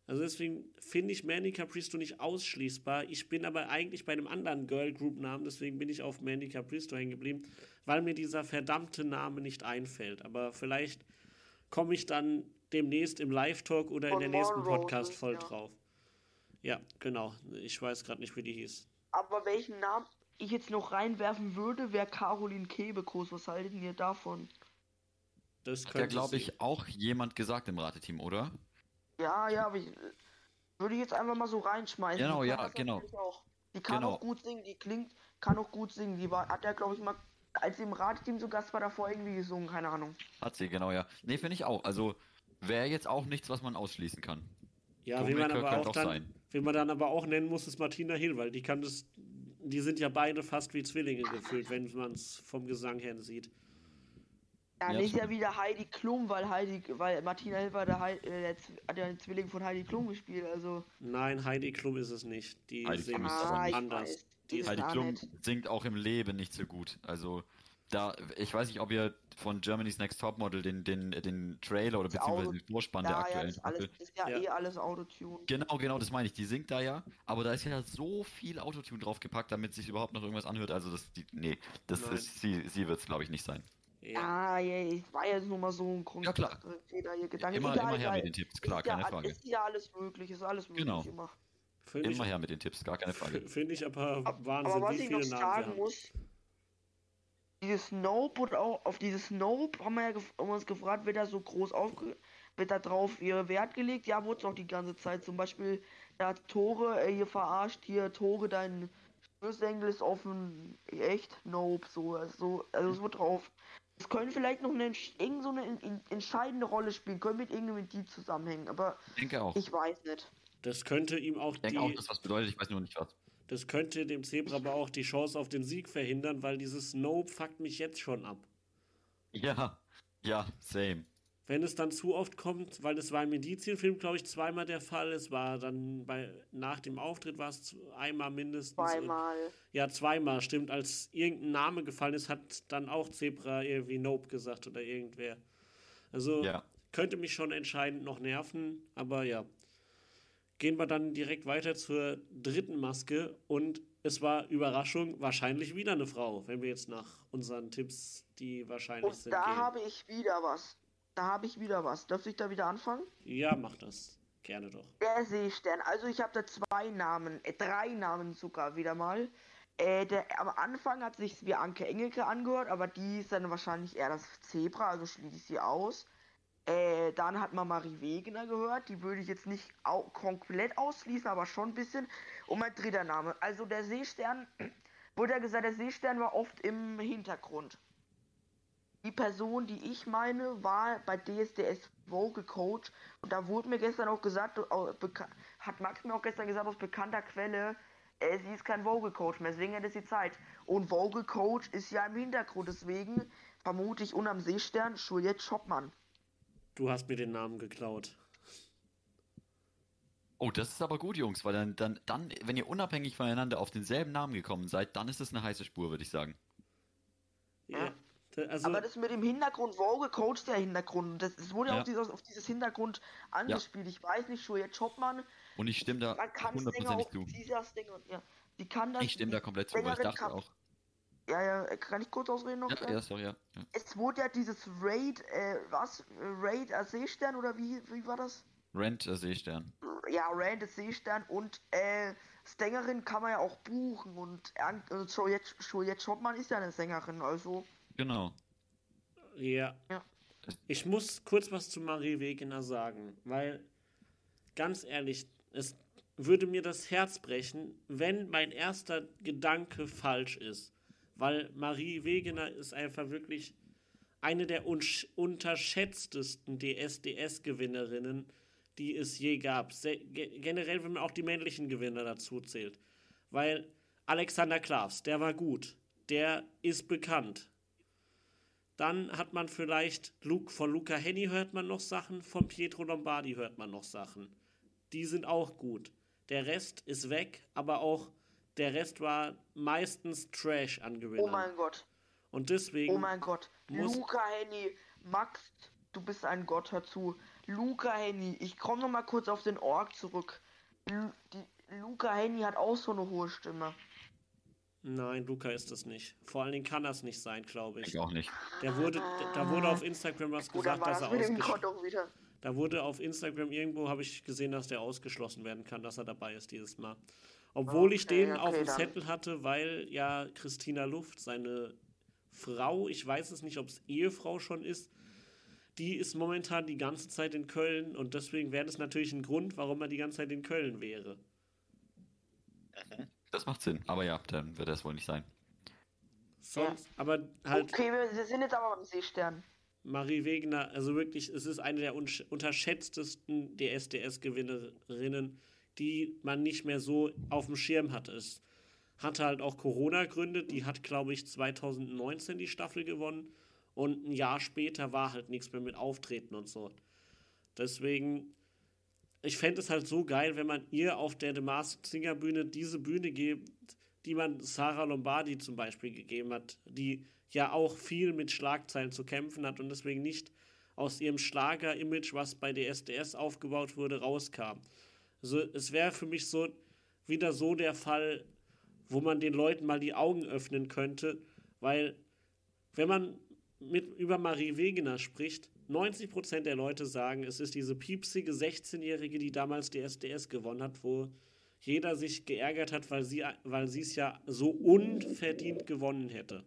Also deswegen finde ich Mandy Capristo nicht ausschließbar. Ich bin aber eigentlich bei einem anderen Girl Group Namen, deswegen bin ich auf Mandy Capristo hängen geblieben, weil mir dieser verdammte Name nicht einfällt. Aber vielleicht komme ich dann demnächst im Live-Talk oder in der nächsten Podcast voll ja. drauf. Ja, genau. Ich weiß gerade nicht, wie die hieß. Aber welchen Namen ich jetzt noch reinwerfen würde, wäre Caroline Kebekus. Was haltet ihr davon? Das Hat ja, glaube ich, auch jemand gesagt im Rateteam, oder? Ja, ja, aber ich, würde ich jetzt einfach mal so reinschmeißen. Genau, die ja, genau. Auch. Die kann genau. auch gut singen, die klingt, kann auch gut singen. Die war, hat ja, glaube ich, mal, als sie im Rateteam zu Gast war, davor irgendwie gesungen, keine Ahnung. Hat sie, genau, ja. Nee, finde ich auch. Also, wäre jetzt auch nichts, was man ausschließen kann. Ja, wie man, aber auch dann, wie man dann aber auch nennen muss, ist Martina Hill, weil die kann das, die sind ja beide fast wie Zwillinge gefühlt, wenn man es vom Gesang her sieht. Ja, Ja, nicht schon. ja wieder Heidi Klum, weil Heidi, weil Martina Hill war der, Hei- äh, der Z- hat ja den Zwilling von Heidi Klum gespielt, also. Nein, Heidi Klum ist es nicht. Die Heidi singen Klum ist Ah, aber ich anders. weiß. Die ist Heidi gar Klum nicht. singt auch im Leben nicht so gut. Also, da, ich weiß nicht, ob ihr von Germany's Next Topmodel den, den, den Trailer oder Das beziehungsweise Auto- den Vorspann der Ja, ja, aktuellen das ist, alles, Staffel. das ist ja, Ja. eh alles Autotune. Genau, genau, das meine ich. Die singt da ja, aber da ist ja so viel Autotune draufgepackt, damit sich überhaupt noch irgendwas anhört. Also, das, die, nee, das Nein. ist, sie, sie wird es, glaube ich, nicht sein. Ja. Ah, ja, ich war jetzt nur mal so ein Grund. Ja, klar. Fehler hier Gedanken. Immer, Egal, immer her egal. mit den Tipps, klar, ist ja, keine Frage. Ist ja alles möglich, ist alles möglich Genau. immer. Finde ich, Immer her mit den Tipps, gar keine Frage. finde ich aber Ab- Wahnsinn, Aber was wie ich viele noch Namen wir sagen haben. muss, dieses Nope und auch auf dieses Nope haben wir ja gef haben wir uns gefragt, wird da so groß aufge wird da drauf ihr Wert gelegt? Ja, wurde es auch die ganze Zeit. Zum Beispiel, da hat Tore äh, hier verarscht, hier Tore, dein Schlüsselengel ist offen, echt, Nope, so, also, also es wird drauf. Es können vielleicht noch eine, irgend so eine in, in, entscheidende Rolle spielen, können mit irgendeinem Indiz zusammenhängen, aber Ich denke auch. ich weiß nicht. Das könnte ihm auch Ich denke auch, die, dass was bedeutet, ich weiß nur nicht was. das könnte dem Zebra aber auch die Chance auf den Sieg verhindern, weil dieses Nope fuckt mich jetzt schon ab. Ja, ja, same. Wenn es dann zu oft kommt, weil es war im Indizienfilm, glaube ich, zweimal der Fall. Es war dann bei nach dem Auftritt war es z- einmal mindestens. Und, Zweimal. ja, zweimal, stimmt. Als irgendein Name gefallen ist, hat dann auch Zebra irgendwie Nope gesagt oder irgendwer. Also Ja. könnte mich schon entscheidend noch nerven, aber ja. Gehen wir dann direkt weiter zur dritten Maske und es war Überraschung, wahrscheinlich wieder eine Frau, wenn wir jetzt nach unseren Tipps, die wahrscheinlich Und sind, da gehen. habe ich wieder was. Da habe ich wieder was. Dürfte ich da wieder anfangen? Ja, mach das. Gerne doch. Der Seestern. Also ich habe da zwei Namen, äh, drei Namen sogar wieder mal. Äh, der, am Anfang hat sich wie Anke Engelke angehört, aber die ist dann wahrscheinlich eher das Zebra, also schließe ich sie aus. Äh, dann hat man Marie Wegener gehört, die würde ich jetzt nicht au komplett ausschließen, aber schon ein bisschen. Und mein dritter Name. Also der Seestern, wurde ja gesagt, der Seestern war oft im Hintergrund. Die Person, die ich meine, war bei D S D S Vocal Coach und da wurde mir gestern auch gesagt, au- beka- hat Max mir auch gestern gesagt aus bekannter Quelle, äh, sie ist kein Vocal Coach mehr, deswegen hätte sie Zeit. Und Vocal Coach ist ja im Hintergrund, deswegen vermute ich unterm Seestern Juliette Schoppmann. Du hast mir den Namen geklaut. Oh, das ist aber gut, Jungs, weil dann, dann, dann, wenn ihr unabhängig voneinander auf denselben Namen gekommen seid, dann ist es eine heiße Spur, würde ich sagen. Ja. da- Also, Aber das mit dem Hintergrund, Vocal Coach der Hintergrund, das, das wurde ja Ja. auf, dieses, auf dieses Hintergrund angespielt. Ich weiß nicht, Juliette Schoppmann, Und ich stimme da man kann Sänger hundertprozentig auch, zu. sie ist ja Sänger, ja. Die kann das. Ich stimme da die komplett zu, weil ich Sängerin dachte kann- auch. Ja, ja, kann ich kurz ausreden noch? Ja, ja, sorry, ja. ja. Es wurde ja dieses Raid, äh, was? Raid als Seestern oder wie, wie war das? Rent, äh, Seestern. Ja, Raid als Seestern und äh, Sängerin kann man ja auch buchen und äh, Juliette, Juliette Schoppmann ist ja eine Sängerin, also. Genau. ja. Ja. Ich muss kurz was zu Marie Wegener sagen, weil, ganz ehrlich, es würde mir das Herz brechen, wenn mein erster Gedanke falsch ist. Weil Marie Wegener ist einfach wirklich eine der unsch- unterschätztesten D S D S-Gewinnerinnen, die es je gab. Se ge generell, wenn man auch die männlichen Gewinner dazu zählt. Weil Alexander Klavs, der war gut. Der ist bekannt. Dann hat man vielleicht, Luke, von Luca Henny hört man noch Sachen, von Pietro Lombardi hört man noch Sachen. Die sind auch gut. Der Rest ist weg, aber auch der Rest war meistens Trash an Gewinnern. Oh mein Gott. Und deswegen Oh mein Gott. muss- Luca Henny, Max, du bist ein Gott, hör zu. Luca Henny, ich komme noch mal kurz auf den Org zurück. Lu die, Luca Henny hat auch so eine hohe Stimme. Nein, Luca ist es nicht. Vor allen Dingen kann das nicht sein, glaube ich. Ich auch nicht. Der wurde, da wurde auf Instagram was Gut, dann gesagt, war dass das er mit dem Gott ausgeschlossen auch wieder. Da wurde auf Instagram irgendwo, habe ich gesehen, dass der ausgeschlossen werden kann, dass er dabei ist dieses Mal. Obwohl ich Okay, den okay, auf dem dann. Zettel hatte, weil ja Christina Luft, seine Frau, ich weiß es nicht, ob es Ehefrau schon ist, die ist momentan die ganze Zeit in Köln und deswegen wäre das natürlich ein Grund, warum er die ganze Zeit in Köln wäre. Das macht Sinn. Aber ja, dann wird das wohl nicht sein. Sonst, aber halt Okay, wir, wir sind jetzt aber beim Seestern. Marie Wegener, also wirklich, es ist eine der unsch- unterschätztesten D S D S-Gewinnerinnen, die man nicht mehr so auf dem Schirm hat. Es hatte halt auch Corona-Gründe, die hat, glaube ich, zwanzig neunzehn die Staffel gewonnen und ein Jahr später war halt nichts mehr mit Auftreten und so. Deswegen, ich fände es halt so geil, wenn man ihr auf der The Masked Singer Bühne diese Bühne gibt, die man Sarah Lombardi zum Beispiel gegeben hat, die ja auch viel mit Schlagzeilen zu kämpfen hat und deswegen nicht aus ihrem Schlager-Image, was bei D S D S aufgebaut wurde, rauskam. Also es wäre für mich so wieder so der Fall, wo man den Leuten mal die Augen öffnen könnte, weil wenn man mit, über Marie Wegener spricht, neunzig Prozent der Leute sagen, es ist diese piepsige sechzehnjährige, die damals D S D S gewonnen hat, wo jeder sich geärgert hat, weil sie weil sie es ja so unverdient gewonnen hätte.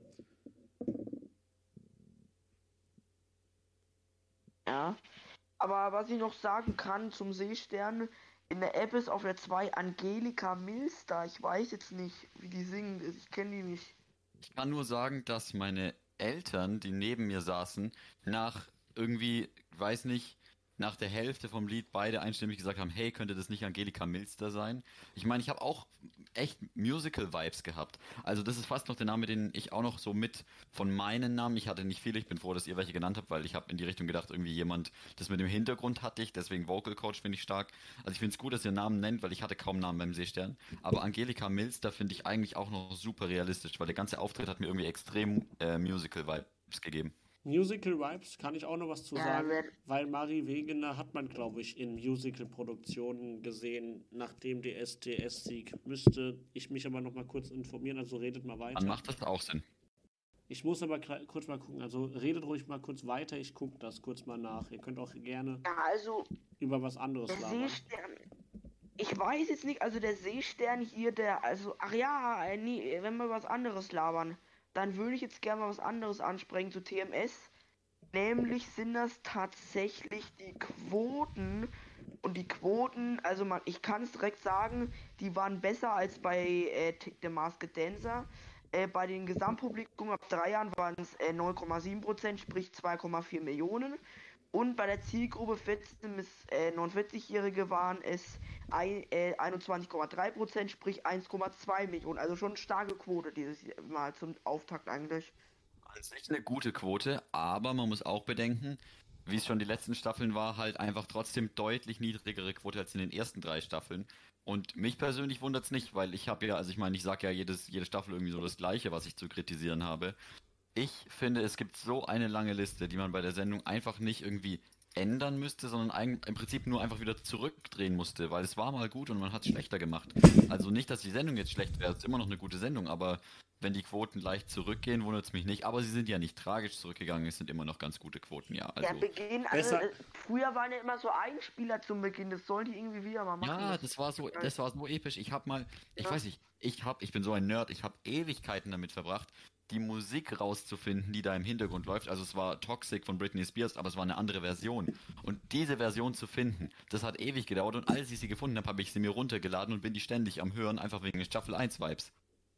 Ja. Aber was ich noch sagen kann zum Seestern, in der App ist auf der zwei Angelika Milster. Ich weiß jetzt nicht, wie die singt. Ich kenne die nicht. Ich kann nur sagen, dass meine Eltern, die neben mir saßen, nach irgendwie, weiß nicht, nach der Hälfte vom Lied beide einstimmig gesagt haben, hey, könnte das nicht Angelika Milster sein? Ich meine, ich habe auch echt Musical-Vibes gehabt. Also das ist fast noch der Name, den ich auch noch so mit von meinen Namen, ich hatte nicht viele, ich bin froh, dass ihr welche genannt habt, weil ich habe in die Richtung gedacht, irgendwie jemand, das mit dem Hintergrund hatte ich, deswegen Vocal Coach finde ich stark. Also ich finde es gut, dass ihr Namen nennt, weil ich hatte kaum Namen beim Seestern. Aber Angelika Milster finde ich eigentlich auch noch super realistisch, weil der ganze Auftritt hat mir irgendwie extrem äh, Musical-Vibes gegeben. Musical Vibes kann ich auch noch was zu Ja, sagen, wer- weil Marie Wegener hat man, glaube ich, in Musical-Produktionen gesehen, nach dem D S D S-Sieg. Müsste ich mich aber noch mal kurz informieren, also redet mal Dann weiter. macht das auch Sinn. Ich muss aber kle- kurz mal gucken, also redet ruhig mal kurz weiter, ich gucke das kurz mal nach. Ihr könnt auch gerne Ja, also über was anderes der labern. Seestern. Ich weiß jetzt nicht, also der Seestern hier, der, also, ach ja, äh, nee, wenn wir was anderes labern, dann würde ich jetzt gerne mal was anderes ansprechen zu T M S. Nämlich sind das tatsächlich die Quoten. Und die Quoten, also man, ich kann es direkt sagen, die waren besser als bei äh, T- The Masked Dancer. Äh, bei den Gesamtpublikum ab drei Jahren waren es äh, neun Komma sieben Prozent, sprich zwei Komma vier Millionen. Und bei der Zielgruppe vierzehn bis äh, neunundvierzig-Jährige waren es ein, äh, einundzwanzig Komma drei Prozent, sprich eins Komma zwei Millionen. Also schon starke Quote dieses Mal zum Auftakt eigentlich. An sich eine gute Quote, aber man muss auch bedenken, wie es schon die letzten Staffeln war, halt einfach trotzdem deutlich niedrigere Quote als in den ersten drei Staffeln. Und mich persönlich wundert es nicht, weil ich habe ja, also ich meine, ich sage ja jedes, jede Staffel irgendwie so das Gleiche, was ich zu kritisieren habe. Ich finde, es gibt so eine lange Liste, die man bei der Sendung einfach nicht irgendwie ändern müsste, sondern ein, im Prinzip nur einfach wieder zurückdrehen musste, weil es war mal gut und man hat es schlechter gemacht. Also nicht, dass die Sendung jetzt schlecht wäre, es ist immer noch eine gute Sendung, aber wenn die Quoten leicht zurückgehen, wundert es mich nicht. Aber sie sind ja nicht tragisch zurückgegangen, es sind immer noch ganz gute Quoten, ja. Der Also, Beginn, also besser- äh, früher waren ja immer so Einspieler zum Beginn, das sollen die irgendwie wieder mal machen. ja, das war so, das war so episch. Ich habe mal, ich Ja. weiß nicht, ich hab, ich bin so ein Nerd, ich habe Ewigkeiten damit verbracht, die Musik rauszufinden, die da im Hintergrund läuft. Also es war Toxic von Britney Spears, aber es war eine andere Version. Und diese Version zu finden, das hat ewig gedauert. Und als ich sie gefunden habe, habe ich sie mir runtergeladen und bin die ständig am Hören, einfach wegen Staffel eins Vibes.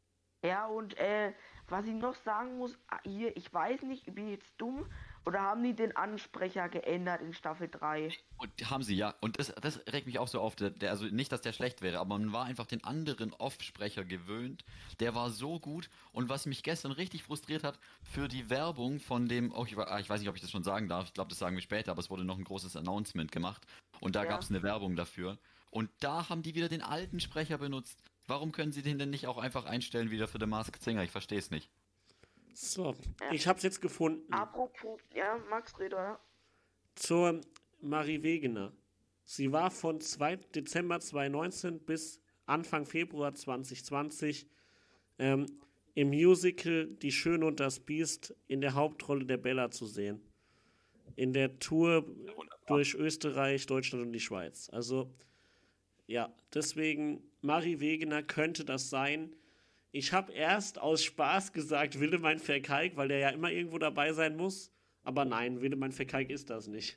Ja, und äh, was ich noch sagen muss, ah, hier, ich weiß nicht, bin ich jetzt dumm, oder haben die den Ansprecher geändert in Staffel drei? Und haben sie, ja. Und das, das regt mich auch so auf. Der, der, also nicht, dass der schlecht wäre, aber man war einfach den anderen Off-Sprecher gewöhnt. Der war so gut. Und was mich gestern richtig frustriert hat, für die Werbung von dem, oh, ich, wa- ah, ich weiß nicht, ob ich das schon sagen darf, ich glaube, das sagen wir später, aber es wurde noch ein großes Announcement gemacht. Und da Ja. gab es eine Werbung dafür. Und da haben die wieder den alten Sprecher benutzt. Warum können sie den denn nicht auch einfach einstellen wieder für The Masked Singer? Ich verstehe es nicht. So, ich hab's jetzt gefunden. Apropos, ja, Max Reder, ja. zur Marie Wegener. Sie war von zweiten Dezember zweitausendneunzehn bis Anfang Februar zwanzig zwanzig ähm, im Musical Die Schöne und das Biest in der Hauptrolle der Bella zu sehen. In der Tour durch Österreich, Deutschland und die Schweiz. Also, ja, deswegen, Marie Wegener könnte das sein. Ich habe erst aus Spaß gesagt, Willemann Verkalk, weil der ja immer irgendwo dabei sein muss. Aber nein, Willemann Verkalk ist das nicht.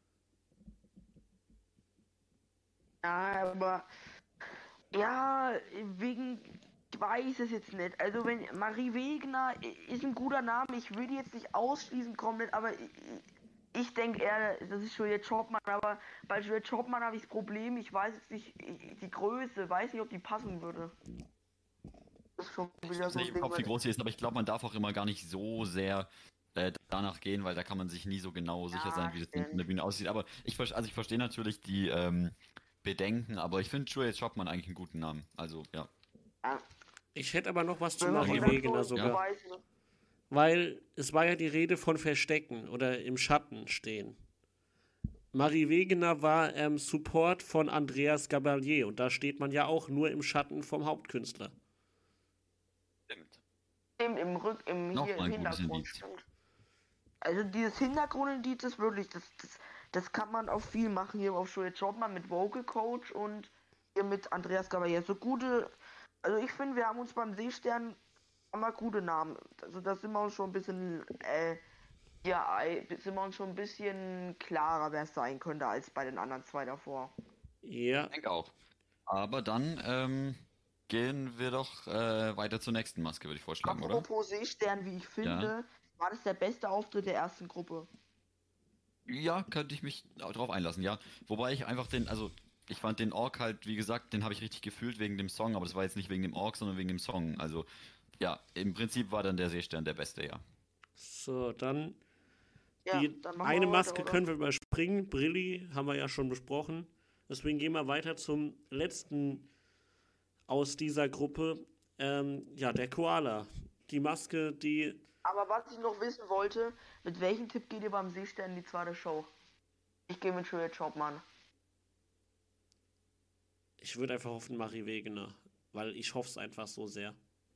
Ja, aber ja, wegen, ich weiß es jetzt nicht. Also wenn Marie Wegener ist ein guter Name, ich würde jetzt nicht ausschließen komplett, aber ich, ich denke eher, das ist Juliette Schoppmann, aber bei Juliette Schoppmann habe ich das Problem, ich weiß jetzt nicht, die Größe, weiß nicht, ob die passen würde. Das ist schon Ich wieder weiß so ein nicht im Ding, Kopf, wie wenn- groß sie ist, aber ich glaube, man darf auch immer gar nicht so sehr äh, danach gehen, weil da kann man sich nie so genau sicher Ja, sein, wie das Ding von der stimmt. Bühne aussieht. Aber ich, ver- also ich verstehe natürlich die ähm, Bedenken, aber ich finde Juliette Schoppmann eigentlich einen guten Namen. Also, ja. Ja. Ich hätte aber noch was zu Wenn man Marie dann Wegener so sogar. weiß, ne? Weil es war ja die Rede von Verstecken oder im Schatten stehen. Marie Wegener war ähm, Support von Andreas Gabalier und da steht man ja auch nur im Schatten vom Hauptkünstler. Stimmt. Im, im Rück, im Noch hier mal im ein gutes Hintergrund Indiz. stimmt. Also dieses Hintergrundindiz ist wirklich, das, das, das kann man auch viel machen hier auf Juliette Schoppmann mit Vocal Coach und hier mit Andreas Gabalier. So gute, also ich finde, wir haben uns beim Seestern immer gute Namen. Also da sind wir uns schon ein bisschen, äh, ja, ei- sind wir uns schon ein bisschen klarer, wer es sein könnte, als bei den anderen zwei davor. Ja, Ich denke auch. Aber dann ähm, gehen wir doch äh, weiter zur nächsten Maske, würde ich vorschlagen, oder? Apropos Seestern, wie ich finde, war das der beste Auftritt der ersten Gruppe. Ja, könnte ich mich drauf einlassen, ja. Wobei ich einfach den, also ich fand den Ork halt, wie gesagt, den habe ich richtig gefühlt wegen dem Song, aber das war jetzt nicht wegen dem Ork, sondern wegen dem Song. Also ja, im Prinzip war dann der Seestern der Beste, ja. so, dann Ja, die dann machen eine wir weiter, Maske oder? können wir überspringen. Brilli haben wir ja schon besprochen. Deswegen gehen wir weiter zum letzten aus dieser Gruppe. Ähm, ja, der Koala. Die Maske, die Aber was ich noch wissen wollte, mit welchem Tipp geht ihr beim Seestern in die zweite Show? Ich gehe mit Juliette Schoppmann. ich würde einfach hoffen, Marie Wegener. Weil ich hoffe es einfach so sehr.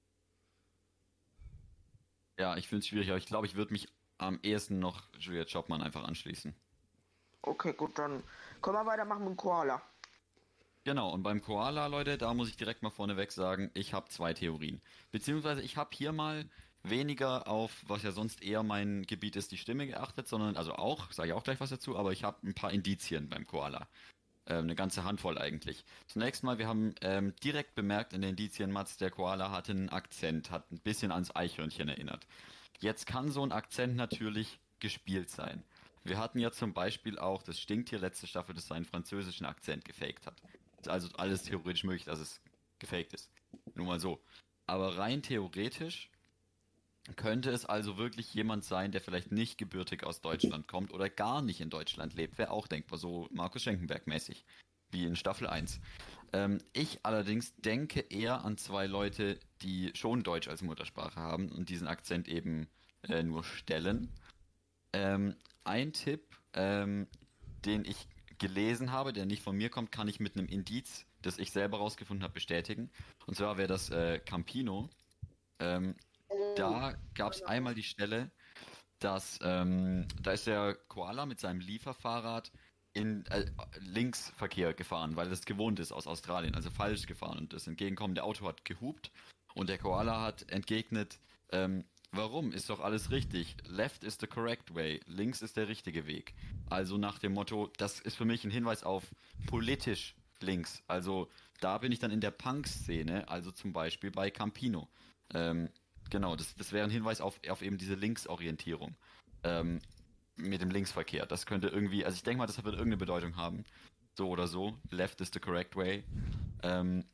Ja, ich finde es schwierig, aber ich glaube, ich würde mich am ehesten noch Juliette Schoppmann einfach anschließen. Okay, gut, dann können wir weitermachen mit dem Koala. Genau, und beim Koala, Leute, da muss ich direkt mal vorneweg sagen, ich habe zwei Theorien. Beziehungsweise ich habe hier mal weniger auf, was ja sonst eher mein Gebiet ist, die Stimme geachtet, sondern, also auch, sage ich auch gleich was dazu, aber ich habe ein paar Indizien beim Koala. Ähm, eine ganze Handvoll eigentlich. Zunächst mal, wir haben ähm, direkt bemerkt in den Indizien, Mats, der Koala hatte einen Akzent, hat ein bisschen ans Eichhörnchen erinnert. Jetzt kann so ein Akzent natürlich gespielt sein. Wir hatten ja zum Beispiel auch das Stinktier letzte Staffel, das seinen französischen Akzent gefaked hat. Ist also alles theoretisch möglich, dass es gefaked ist. Nur mal so. Aber rein theoretisch könnte es also wirklich jemand sein, der vielleicht nicht gebürtig aus Deutschland kommt oder gar nicht in Deutschland lebt. Wäre auch denkbar, so Markus Schenkenberg mäßig, wie in Staffel eins. Ähm, ich allerdings denke eher an zwei Leute, die schon Deutsch als Muttersprache haben und diesen Akzent eben äh, nur stellen. Ähm, ein Tipp, ähm, den ich gelesen habe, der nicht von mir kommt, kann ich mit einem Indiz, das ich selber rausgefunden habe, bestätigen. Und zwar wäre das äh, Campino. Ähm, da gab es einmal die Stelle, dass ähm, da ist der Koala mit seinem Lieferfahrrad in äh, Linksverkehr gefahren, weil das gewohnt ist aus Australien, also falsch gefahren und das entgegenkommende Auto hat gehupt und der Koala hat entgegnet, ähm, warum? Ist doch alles richtig. Left is the correct way. Links ist der richtige Weg. Also nach dem Motto, das ist für mich ein Hinweis auf politisch links. Also da bin ich dann in der Punk-Szene, also zum Beispiel bei Campino. Ähm, genau, das, das wäre ein Hinweis auf, auf eben diese Linksorientierung. Ähm, mit dem Linksverkehr. Das könnte irgendwie, also ich denke mal, das wird irgendeine Bedeutung haben. So oder so. Left is the correct way. Ähm,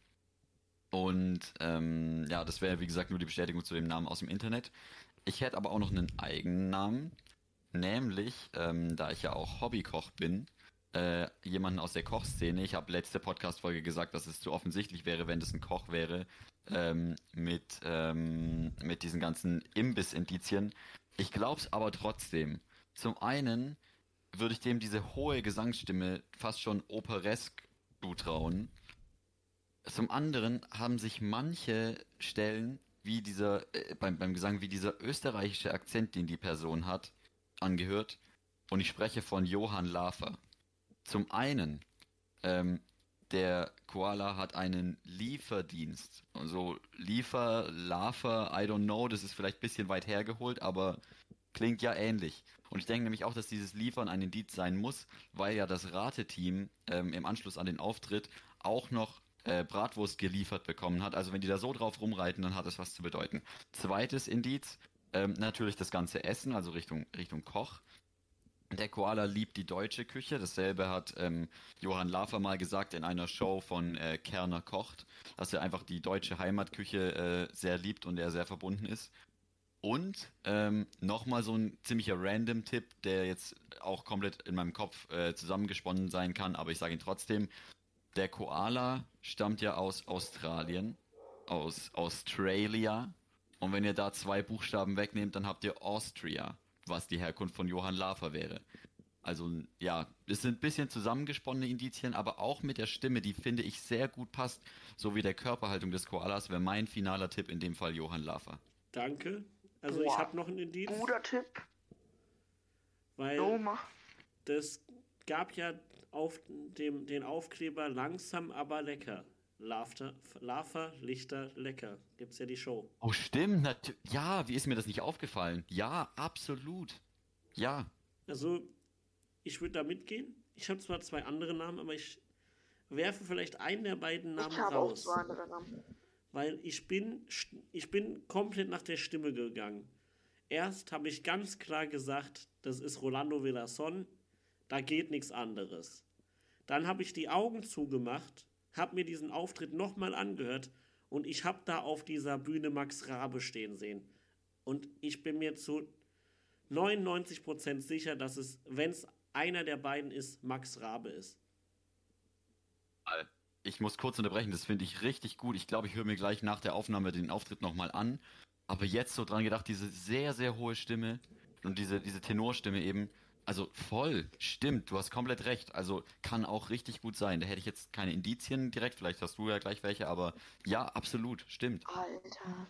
und ähm, ja, das wäre wie gesagt nur die Bestätigung zu dem Namen aus dem Internet. Ich hätte aber auch noch einen Eigennamen, nämlich, ähm, da ich ja auch Hobbykoch bin, äh, jemanden aus der Kochszene. Ich habe letzte Podcast-Folge gesagt, dass es zu offensichtlich wäre, wenn das ein Koch wäre, ähm, mit, ähm, mit diesen ganzen Imbiss-Indizien. Ich glaube es aber trotzdem. Zum einen würde ich dem diese hohe Gesangsstimme fast schon operesk zutrauen. Zum anderen haben sich manche Stellen, wie dieser, äh, beim, beim Gesang, wie dieser österreichische Akzent, den die Person hat, angehört. Und ich spreche von Johann Lafer. Zum einen, ähm, der Koala hat einen Lieferdienst. Also Liefer, Lafer, I don't know, das ist vielleicht ein bisschen weit hergeholt, aber klingt ja ähnlich. Und ich denke nämlich auch, dass dieses Liefern ein Indiz sein muss, weil ja das Rateteam ähm, im Anschluss an den Auftritt auch noch äh, Bratwurst geliefert bekommen hat. Also wenn die da so drauf rumreiten, dann hat das was zu bedeuten. Zweites Indiz, ähm, natürlich das ganze Essen, also Richtung, Richtung Koch. Der Koala liebt die deutsche Küche. Dasselbe hat ähm, Johann Lafer mal gesagt in einer Show von äh, Kerner kocht, dass er einfach die deutsche Heimatküche äh, sehr liebt und er sehr verbunden ist. Und ähm, nochmal so ein ziemlicher Random-Tipp, der jetzt auch komplett in meinem Kopf äh, zusammengesponnen sein kann, aber ich sage ihn trotzdem. Der Koala stammt ja aus Australien, aus Australia. Und wenn ihr da zwei Buchstaben wegnehmt, dann habt ihr Austria, was die Herkunft von Johann Lafer wäre. Also ja, es sind ein bisschen zusammengesponnene Indizien, aber auch mit der Stimme, die finde ich sehr gut passt, sowie der Körperhaltung des Koalas, wäre mein finaler Tipp in dem Fall Johann Lafer. Danke. Also Boah, ich habe noch einen Indiz, Guter Tipp. weil So, mach. das gab ja auf dem den Aufkleber langsam aber lecker. Laughter, Lafer, Lichter, lecker. Gibt's ja die Show. Oh, stimmt. nat- Ja, wie ist mir das nicht aufgefallen? Ja, absolut. Ja, Also ich würde da mitgehen. Ich habe zwar zwei andere Namen, aber ich werfe vielleicht einen der beiden Namen Ich habe auch raus. zwei andere Namen. Weil ich bin, ich bin komplett nach der Stimme gegangen. Erst habe ich ganz klar gesagt, das ist Rolando Villazón, da geht nichts anderes. Dann habe ich die Augen zugemacht, habe mir diesen Auftritt nochmal angehört und ich habe da auf dieser Bühne Max Rabe stehen sehen. Und ich bin mir zu neunundneunzig Prozent sicher, dass es, wenn es einer der beiden ist, Max Rabe ist. ich muss kurz unterbrechen, das finde ich richtig gut. Ich glaube, ich höre mir gleich nach der Aufnahme den Auftritt nochmal an. Aber jetzt so dran gedacht, diese sehr, sehr hohe Stimme und diese, diese Tenorstimme eben, also voll, stimmt, du hast komplett recht. Also kann auch richtig gut sein. Da hätte ich jetzt keine Indizien direkt, vielleicht hast du ja gleich welche, aber ja, absolut, stimmt. Alter.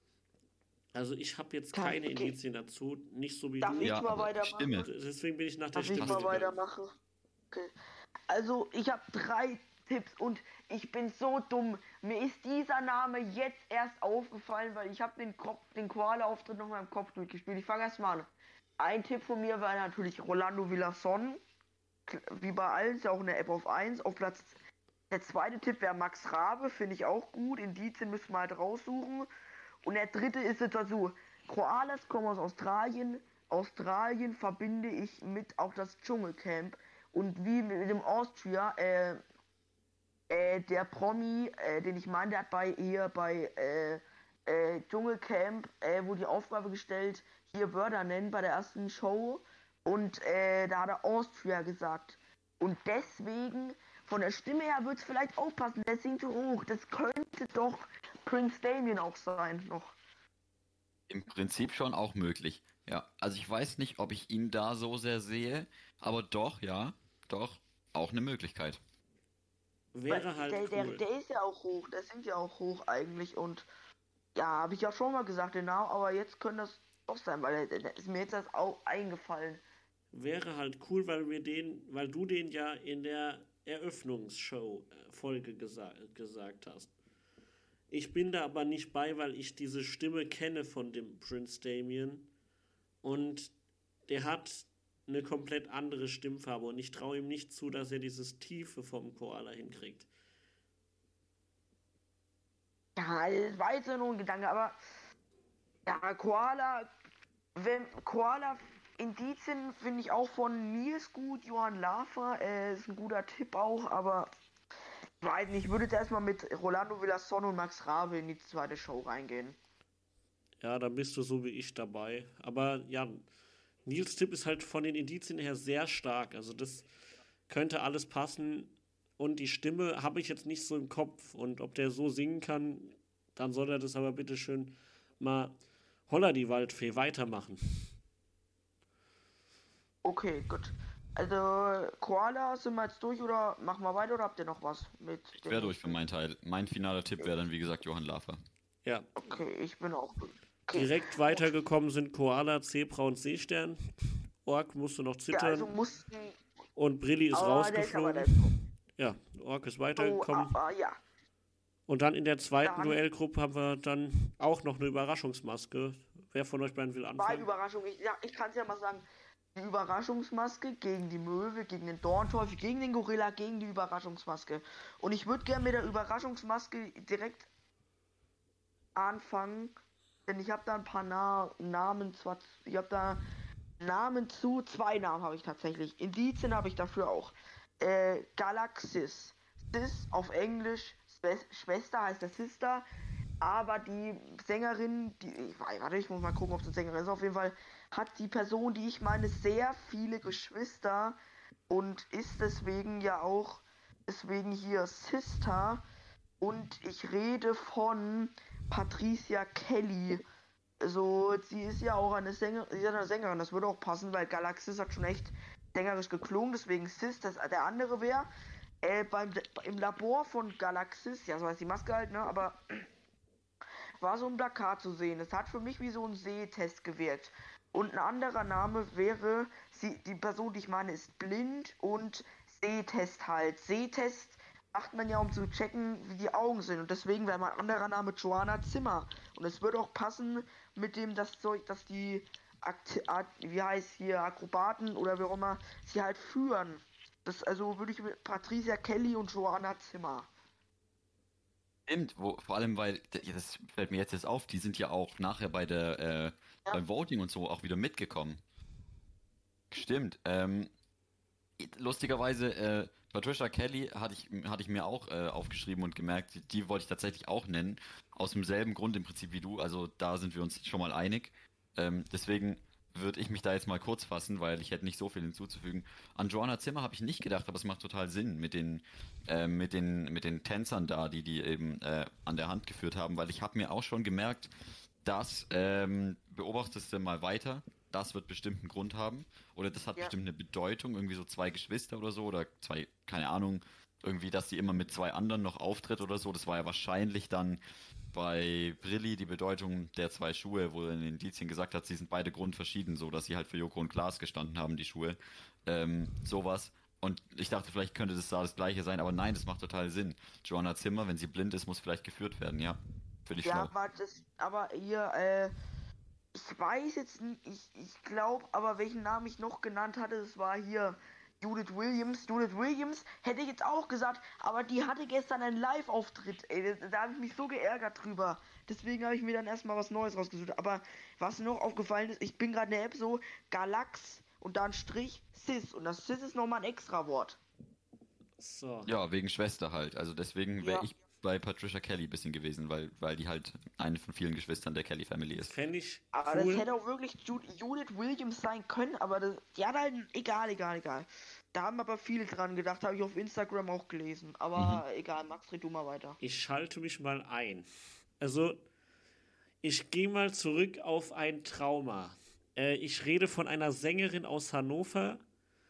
Also ich habe jetzt Kann- keine okay. Indizien dazu, nicht so wie Darf du. ich Ja, mal aber weitermachen? Stimme. Deswegen bin ich nach der Darf ich Stimme mal gegangen. weitermachen? Okay. Also, ich habe drei Tipps und ich bin so dumm. Mir ist dieser Name jetzt erst aufgefallen, weil ich habe den, Kopf- den Koala-Auftritt noch mal im Kopf durchgespielt. Ich fange erst mal an. Ein Tipp von mir war natürlich Rolando Villazón. Kl- Wie bei allen, ist ja auch in der App auf eins. Auf Platz. Der zweite Tipp wäre Max Rabe, finde ich auch gut. Indizien müssen wir halt raussuchen. Und der dritte ist jetzt dazu. Koalas kommen aus Australien. Australien verbinde ich mit auch das Dschungelcamp. Und wie mit dem Austria, äh, äh, der Promi, äh, den ich meine, der hat bei hier bei äh, äh, Dschungelcamp, äh, wo die Aufgabe gestellt, hier Wörter nennen bei der ersten Show. Und äh, da hat er Austria gesagt. Und deswegen, von der Stimme her wird es vielleicht auch passen. Der singt so hoch. Das könnte doch Prince Damien auch sein noch. Im Prinzip schon auch möglich. Ja, also ich weiß nicht, ob ich ihn da so sehr sehe, aber doch, ja, doch, auch eine Möglichkeit. Wäre Weil halt der, der, cool. der ist ja auch hoch, der singt ja auch hoch eigentlich und ja, habe ich ja schon mal gesagt, den Namen, aber jetzt könnte das doch sein, weil der, der ist mir jetzt das auch eingefallen. Wäre halt cool, weil wir den, weil du den ja in der Eröffnungsshow-Folge gesa gesagt hast. Ich bin da aber nicht bei, weil ich diese Stimme kenne von dem Prince Damien und der hat eine komplett andere Stimmfarbe und ich traue ihm nicht zu, dass er dieses Tiefe vom Koala hinkriegt. Ja, das war jetzt ja nur ein Gedanke, aber ja, Koala, wenn Koala Indizien finde ich auch von Nils gut, Johann Lafer, äh, ist ein guter Tipp auch, aber ich weiß nicht, ich würde jetzt erstmal mit Rolando Villazón und Max Rabe in die zweite Show reingehen. Ja, dann bist du so wie ich dabei. Aber ja, Nils Tipp ist halt von den Indizien her sehr stark. Also das könnte alles passen. Und die Stimme habe ich jetzt nicht so im Kopf. Und ob der so singen kann, dann soll er das aber bitte schön mal Holla die Waldfee weitermachen. Okay, gut. Also, Koala, sind wir jetzt durch oder machen wir weiter oder habt ihr noch was mit Ich dem wäre durch für nächsten? meinen Teil. Mein finaler Tipp wäre dann, wie gesagt, Johann Lafer. Ja, Okay, ich bin auch durch. Okay. direkt weitergekommen sind Koala, Zebra und Seestern. Ork musste noch Ja, also zittern mussten. und Brilli ist Aber der ist aber der rausgeflogen. Ja, Ork ist so, weitergekommen. ah, ah, ja. Und dann in der zweiten Dann- Duellgruppe haben wir dann auch noch eine Überraschungsmaske. Wer von euch beiden will Zwei anfangen? Überraschungen. Ich, ja, ich kann es ja mal sagen. Die Überraschungsmaske gegen die Möwe, gegen den Dornteufel, gegen den Gorilla, gegen die Überraschungsmaske. Und ich würde gerne mit der Überraschungsmaske direkt anfangen, denn ich habe da ein paar Na Namen, zwar, ich habe da Namen zu, zwei Namen habe ich tatsächlich. Indizien habe ich dafür auch. Äh, Galaxis. Sis auf Englisch, Spe Schwester heißt der Sister, aber die Sängerin, die, ich, warte, ich muss mal gucken, ob es eine Sängerin ist, auf jeden Fall hat die Person, die ich meine, sehr viele Geschwister und ist deswegen ja auch, deswegen hier Sister und ich rede von Patricia Kelly. Also, sie ist ja auch eine Sängerin, sie ist eine Sängerin, das würde auch passen, weil Galaxis hat schon echt sängerisch geklungen, deswegen Sis, das der andere wäre. Äh, beim, im Labor von Galaxis, ja, so heißt die Maske halt, ne, aber war so ein Plakat zu sehen. Es hat für mich wie so ein Sehtest gewirkt. Und ein anderer Name wäre, sie, die Person, die ich meine, ist blind und Sehtest halt. Sehtest macht man ja, um zu checken, wie die Augen sind. Und deswegen wäre mein anderer Name Joanna Zimmer. Und es würde auch passen mit dem, dass, so, dass die, Akti wie heißt hier, Akrobaten oder wie auch immer, sie halt führen. Das also würde ich mit Patricia Kelly und Joanna Zimmer. Stimmt, wo, vor allem, weil, d- das fällt mir jetzt jetzt auf, die sind ja auch nachher bei der, äh, Ja. beim Voting und so auch wieder mitgekommen. Stimmt, ähm, lustigerweise, äh, Patricia Kelly hatte ich, hatte ich mir auch äh, aufgeschrieben und gemerkt, die, die wollte ich tatsächlich auch nennen, aus demselben Grund im Prinzip wie du, also da sind wir uns schon mal einig. Ähm, deswegen würde ich mich da jetzt mal kurz fassen, weil ich hätte nicht so viel hinzuzufügen. An Joanna Zimmer habe ich nicht gedacht, aber es macht total Sinn mit den, äh, mit den, mit den Tänzern da, die die eben äh, an der Hand geführt haben, weil ich habe mir auch schon gemerkt, das ähm, beobachtest du mal weiter, das wird bestimmt einen Grund haben. Oder das hat Ja. bestimmt eine Bedeutung, irgendwie so zwei Geschwister oder so, oder zwei, keine Ahnung, irgendwie, dass sie immer mit zwei anderen noch auftritt oder so. Das war ja wahrscheinlich dann bei Brilli die Bedeutung der zwei Schuhe, wo er in den Indizien gesagt hat, sie sind beide grundverschieden, so dass sie halt für Joko und Klaas gestanden haben, die Schuhe. Ähm, sowas. Und ich dachte, vielleicht könnte das da das Gleiche sein, aber nein, das macht total Sinn. Joanna Zimmer, wenn sie blind ist, muss vielleicht geführt werden, ja. Finde ich Ja, schlau. aber das, aber hier, äh, ich weiß jetzt nicht, ich, ich glaube, aber welchen Namen ich noch genannt hatte, das war hier Judith Williams. Judith Williams hätte ich jetzt auch gesagt, aber die hatte gestern einen Live-Auftritt, ey, da, da habe ich mich so geärgert drüber. Deswegen habe ich mir dann erstmal was Neues rausgesucht. Aber was noch aufgefallen ist, ich bin gerade in der App so, Galax und dann Strich Sis. Und das Sis ist nochmal ein extra Wort. So. Ja, wegen Schwester halt. Also deswegen wäre Ja. ich bei Patricia Kelly ein bisschen gewesen, weil, weil die halt eine von vielen Geschwistern der Kelly Family ist. Fände ich Aber das cool. hätte auch wirklich Ju Judith Williams sein können, aber das, die hat halt, egal, egal, egal. Da haben aber viele dran gedacht, habe ich auf Instagram auch gelesen. Aber egal, Max, red du mal weiter. Ich schalte mich mal ein. Also, ich gehe mal zurück auf ein Trauma. Äh, ich rede von einer Sängerin aus Hannover,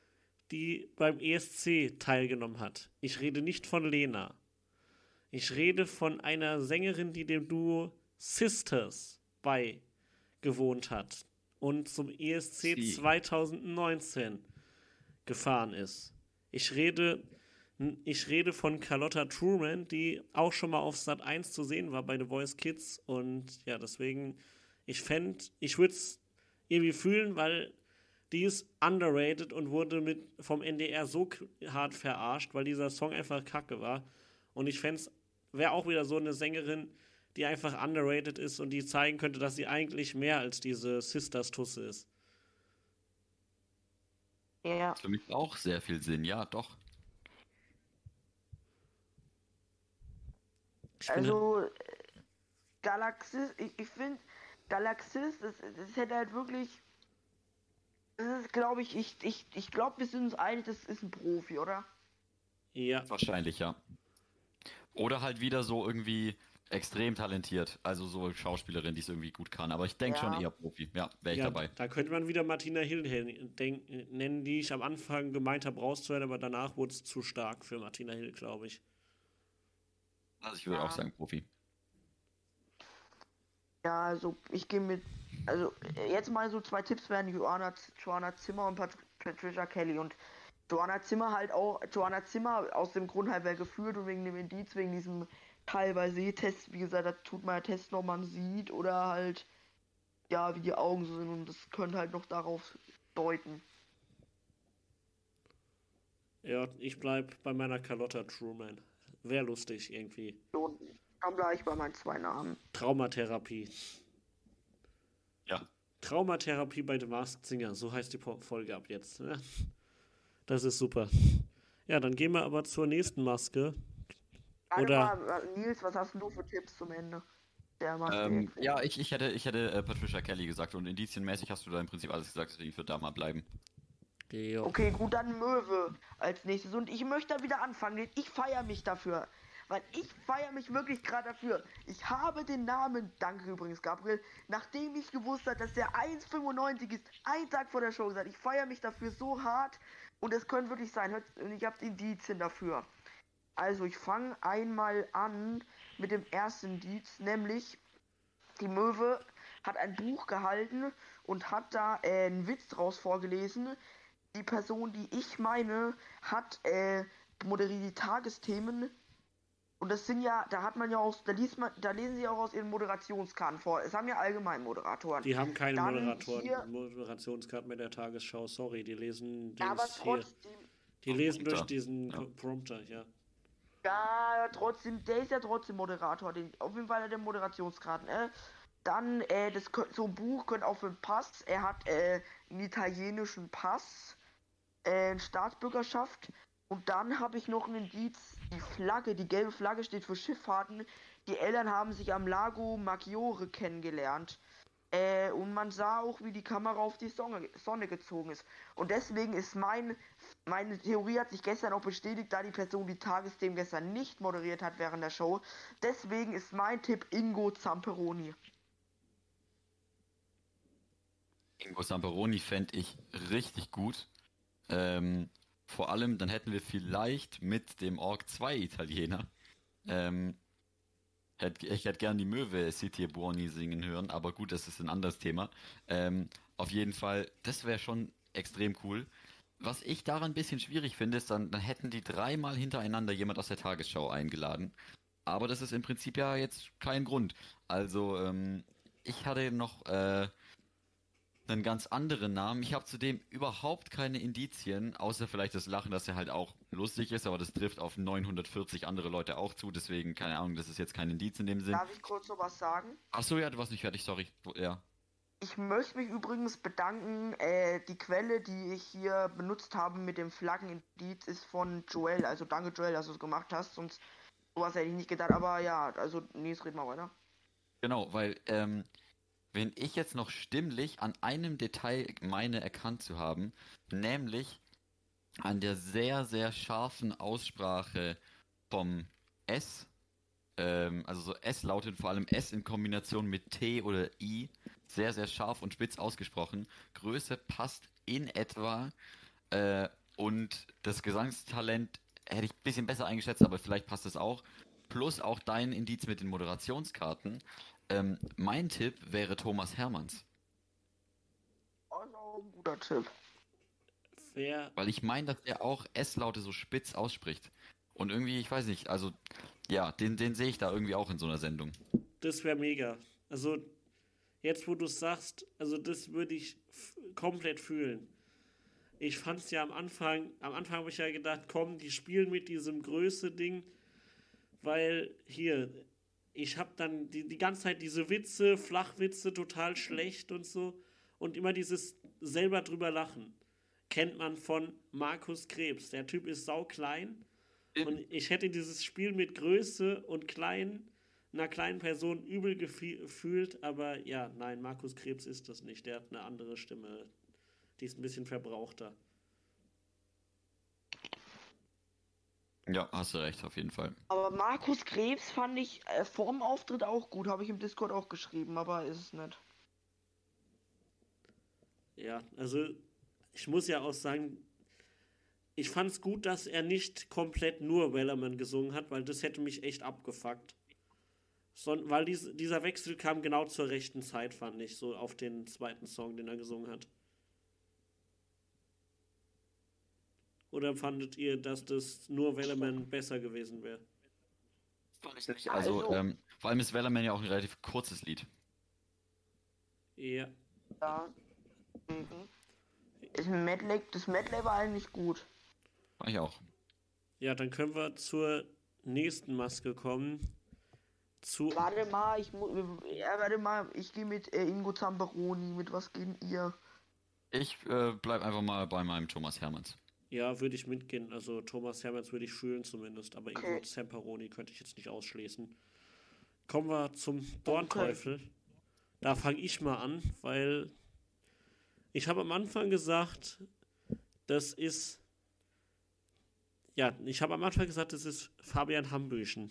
die beim E S C teilgenommen hat. Ich rede nicht von Lena. Ich rede von einer Sängerin, die dem Duo Sisters beigewohnt hat und zum E S C Sie. zwanzig neunzehn gefahren ist. Ich rede, ich rede von Carlotta Truman, die auch schon mal auf Sat eins zu sehen war bei The Voice Kids. Und ja, deswegen, ich fände, ich würde es irgendwie fühlen, weil die ist underrated und wurde mit vom N D R so k- hart verarscht, weil dieser Song einfach kacke war. Und ich fände es, wäre auch wieder so eine Sängerin, die einfach underrated ist und die zeigen könnte, dass sie eigentlich mehr als diese Sisters-Tusse ist. Ja, Für mich auch sehr viel Sinn, ja, doch. Ich bin also äh, Galaxis, ich, ich finde, Galaxis, das, das hätte halt wirklich, das ist, glaube ich, ich, ich, ich glaube, wir sind uns einig, das ist ein Profi, oder? ja, Wahrscheinlich, ja. Oder halt wieder so irgendwie extrem talentiert. Also so Schauspielerin, die es irgendwie gut kann. Aber ich denke schon Ja. eher Profi. Ja, wäre ich Ja, dabei. da könnte man wieder Martina Hill hen- denk- nennen, die ich am Anfang gemeint habe, rauszuhören, aber danach wurde es zu stark für Martina Hill, glaube ich. Also ich würde auch Ja. sagen Profi. Ja, also ich gehe mit, also äh, jetzt mal so zwei Tipps wären Joanna, Z- Joanna Zimmer und Pat Patricia Kelly. Und Joanna Zimmer halt auch, Joanna Zimmer aus dem Grund halt, wer geführt und wegen dem Indiz, wegen diesem Teil bei Sehtest, wie gesagt, da tut man ja Test noch, man sieht oder halt, ja, wie die Augen so sind und das könnte halt noch darauf deuten. Ja, ich bleib bei meiner Carlotta Truman. Wäre lustig irgendwie. Und dann bleibe ich bei meinen zwei Namen. Traumatherapie. Ja. Traumatherapie bei The Masked Singer, so heißt die Po- Folge ab jetzt. Ne? Das ist super. Ja, dann gehen wir aber zur nächsten Maske. Warte Oder- mal, äh, Nils, was hast denn du für Tipps zum Ende? Der macht Ähm, ja, ich, ich hätte, ich hätte äh, Patricia Kelly gesagt und indizienmäßig hast du da im Prinzip alles gesagt, deswegen ich würde da mal bleiben. Jo. Okay, gut, dann Möwe als nächstes. Und ich möchte da wieder anfangen. Ich feiere mich dafür. Weil ich feiere mich wirklich gerade dafür. Ich habe den Namen, danke übrigens, Gabriel, nachdem ich gewusst habe, dass der eins Komma fünfundneunzig ist, einen Tag vor der Show gesagt, ich feiere mich dafür so hart. Und es könnte wirklich sein. Hört- Und ich habe Indizien dafür. Also, ich fange einmal an mit dem ersten Indiz, nämlich die Möwe hat ein Buch gehalten und hat da äh, einen Witz draus vorgelesen. Die Person, die ich meine, hat äh, moderiert die Tagesthemen. Und das sind ja, da hat man ja auch, da liest man, da lesen sie auch aus ihren Moderationskarten vor. Es haben ja allgemein Moderatoren. Die haben keine Dann Moderatoren, hier- Moderationskarten mit der Tagesschau, sorry, die lesen Ja, aber Dings hier. trotzdem, Die lesen durch Prompter. diesen Ja. Prompter, ja. ja, trotzdem, der ist ja trotzdem Moderator. Den, auf jeden Fall hat er Moderationskarten. Äh. Dann, äh, das könnt, so ein Buch könnte auch für einen Pass. Er hat äh, einen italienischen Pass, äh, eine Staatsbürgerschaft. Und dann habe ich noch ein Indiz, die Flagge, die gelbe Flagge steht für Schifffahrten. Die Eltern haben sich am Lago Maggiore kennengelernt. Äh, und man sah auch, wie die Kamera auf die Sonne, Sonne gezogen ist. Und deswegen ist mein, meine Theorie hat sich gestern auch bestätigt, da die Person die Tagesthemen gestern nicht moderiert hat während der Show. Deswegen ist mein Tipp Ingo Zamperoni. Ingo Zamperoni fände ich richtig gut. Ähm, vor allem, dann hätten wir vielleicht mit dem Org zwei Italiener. Ähm, hätt, ich hätte gern die Möwe Sitie Buoni singen hören, aber gut, das ist ein anderes Thema. Ähm, auf jeden Fall, das wäre schon extrem cool. Was ich daran ein bisschen schwierig finde, ist, dann, dann hätten die dreimal hintereinander jemand aus der Tagesschau eingeladen. Aber das ist im Prinzip ja jetzt kein Grund. Also, ähm, ich hatte noch äh, einen ganz anderen Namen. Ich habe zudem überhaupt keine Indizien, außer vielleicht das Lachen, dass er halt auch lustig ist, aber das trifft auf neunhundertvierzig andere Leute auch zu, deswegen, keine Ahnung, das ist jetzt kein Indiz in dem Sinn. Darf ich kurz noch was sagen? Ach so, ja, du warst nicht fertig, sorry. Ja. Ich möchte mich übrigens bedanken. Äh, die Quelle, die ich hier benutzt habe mit dem Flaggenindiz, ist von Joel. Also danke Joel, dass du es gemacht hast. Sonst sowas hätte ich nicht gedacht. Aber ja, also Nils, red mal weiter. Genau, weil, ähm, wenn ich jetzt noch stimmlich an einem Detail meine erkannt zu haben, nämlich an der sehr, sehr scharfen Aussprache vom S, ähm, also so S lautet vor allem S in Kombination mit T oder I, sehr, sehr scharf und spitz ausgesprochen. Größe passt in etwa äh, und das Gesangstalent hätte ich ein bisschen besser eingeschätzt, aber vielleicht passt es auch. Plus auch dein Indiz mit den Moderationskarten. Ähm, mein Tipp wäre Thomas Hermanns. Also ein guter Tipp. Wer, Weil ich meine, dass er auch S-Laute so spitz ausspricht. Und irgendwie, ich weiß nicht, also ja, den, den sehe ich da irgendwie auch in so einer Sendung. das wäre mega. Also, jetzt wo du es sagst, also das würde ich f- komplett fühlen. Ich fand es ja am Anfang, am Anfang habe ich ja gedacht, komm, die spielen mit diesem Größe-Ding, weil hier, ich habe dann die, die ganze Zeit diese Witze, Flachwitze, total schlecht und so und immer dieses selber drüber lachen. Kennt man von Markus Krebs. Der Typ ist sauklein und ich hätte dieses Spiel mit Größe und klein, einer kleinen Person übel gefi- gefühlt, aber ja, nein, Markus Krebs ist das nicht. Der hat eine andere Stimme. Die ist ein bisschen verbrauchter. Ja, hast du recht, auf jeden Fall. Aber Markus Krebs fand ich äh, vorm Auftritt auch gut, habe ich im Discord auch geschrieben, aber ist es nicht. Ja, also ich muss ja auch sagen, ich fand es gut, dass er nicht komplett nur Wellerman gesungen hat, weil das hätte mich echt abgefuckt. Son weil dies dieser Wechsel kam genau zur rechten Zeit, fand ich, so auf den zweiten Song, den er gesungen hat. Oder fandet ihr, dass das nur Wellerman besser gewesen wäre? Fand ich nicht. Also, Also, ähm, vor allem ist Wellerman ja auch ein relativ kurzes Lied. Ja. ja. Mhm. Ist ein Medley, das Medley war eigentlich gut. Fand ich auch. Ja, dann können wir zur nächsten Maske kommen. Zu. Warte mal, ich muss. Ja, warte mal, ich gehe mit äh, Ingo Zamperoni. Mit was geht ihr? Ich äh, bleib einfach mal bei meinem Thomas Hermanns. Ja, würde ich mitgehen. Also Thomas Hermanns würde ich fühlen zumindest, aber Ingo Okay. Zamperoni könnte ich jetzt nicht ausschließen. Kommen wir zum Dornteufel. Da fange ich mal an, weil ich habe am Anfang gesagt, das ist. Ja, ich habe am Anfang gesagt, das ist Fabian Hambüchen.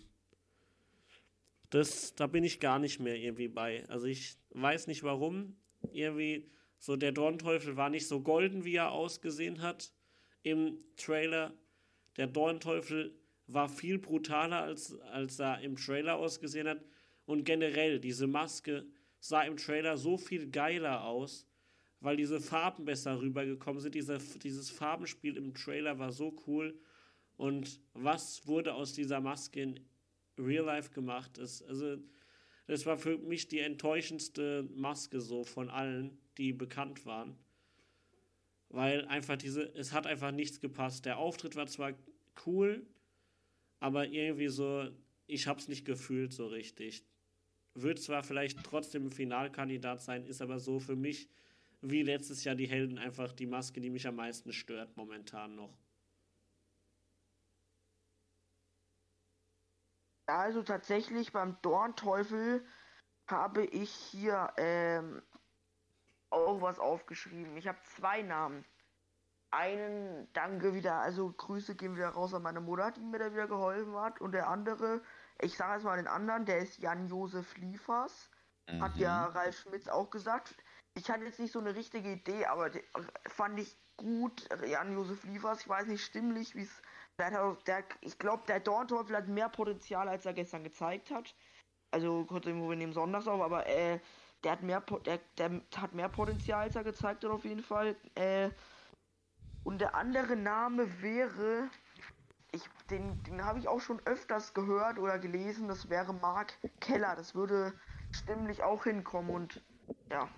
Das, da bin ich gar nicht mehr irgendwie bei. Also ich weiß nicht warum. Irgendwie so der Dornteufel war nicht so golden, wie er ausgesehen hat im Trailer. Der Dornteufel war viel brutaler, als, als er im Trailer ausgesehen hat. Und generell, diese Maske sah im Trailer so viel geiler aus, weil diese Farben besser rübergekommen sind. Diese, dieses Farbenspiel im Trailer war so cool. Und was wurde aus dieser Maske in Real Life gemacht? Das, also, das war für mich die enttäuschendste Maske so von allen, die bekannt waren. Weil einfach diese, es hat einfach nichts gepasst. Der Auftritt war zwar cool, aber irgendwie so, ich hab's nicht gefühlt so richtig. Wird zwar vielleicht trotzdem ein Finalkandidat sein, ist aber so für mich wie letztes Jahr die Helden einfach die Maske, die mich am meisten stört momentan noch. Ja, also tatsächlich beim Dornteufel habe ich hier ähm, auch was aufgeschrieben. Ich habe zwei Namen. Einen, danke wieder, also Grüße gehen wieder raus an meine Mutter, die mir da wieder geholfen hat. Und der andere, ich sage jetzt mal den anderen, der ist Jan-Josef Liefers. Hat ja Mhm. Ralf Schmitz auch gesagt. Ich hatte jetzt nicht so eine richtige Idee, aber die, fand ich gut, Jan-Josef Liefers. Ich weiß nicht stimmlich, wie es. Der, hat auch- der, ich glaube, der Dornteufel hat mehr Potenzial, als er gestern gezeigt hat. Also kurz irgendwo, wir nehmen Sonntags auf, aber äh, der hat mehr Po- der, der hat mehr Potenzial, als er gezeigt hat auf jeden Fall. Äh, und der andere Name wäre, ich, den, den habe ich auch schon öfters gehört oder gelesen, das wäre Mark Keller. Das würde stimmlich auch hinkommen und ja.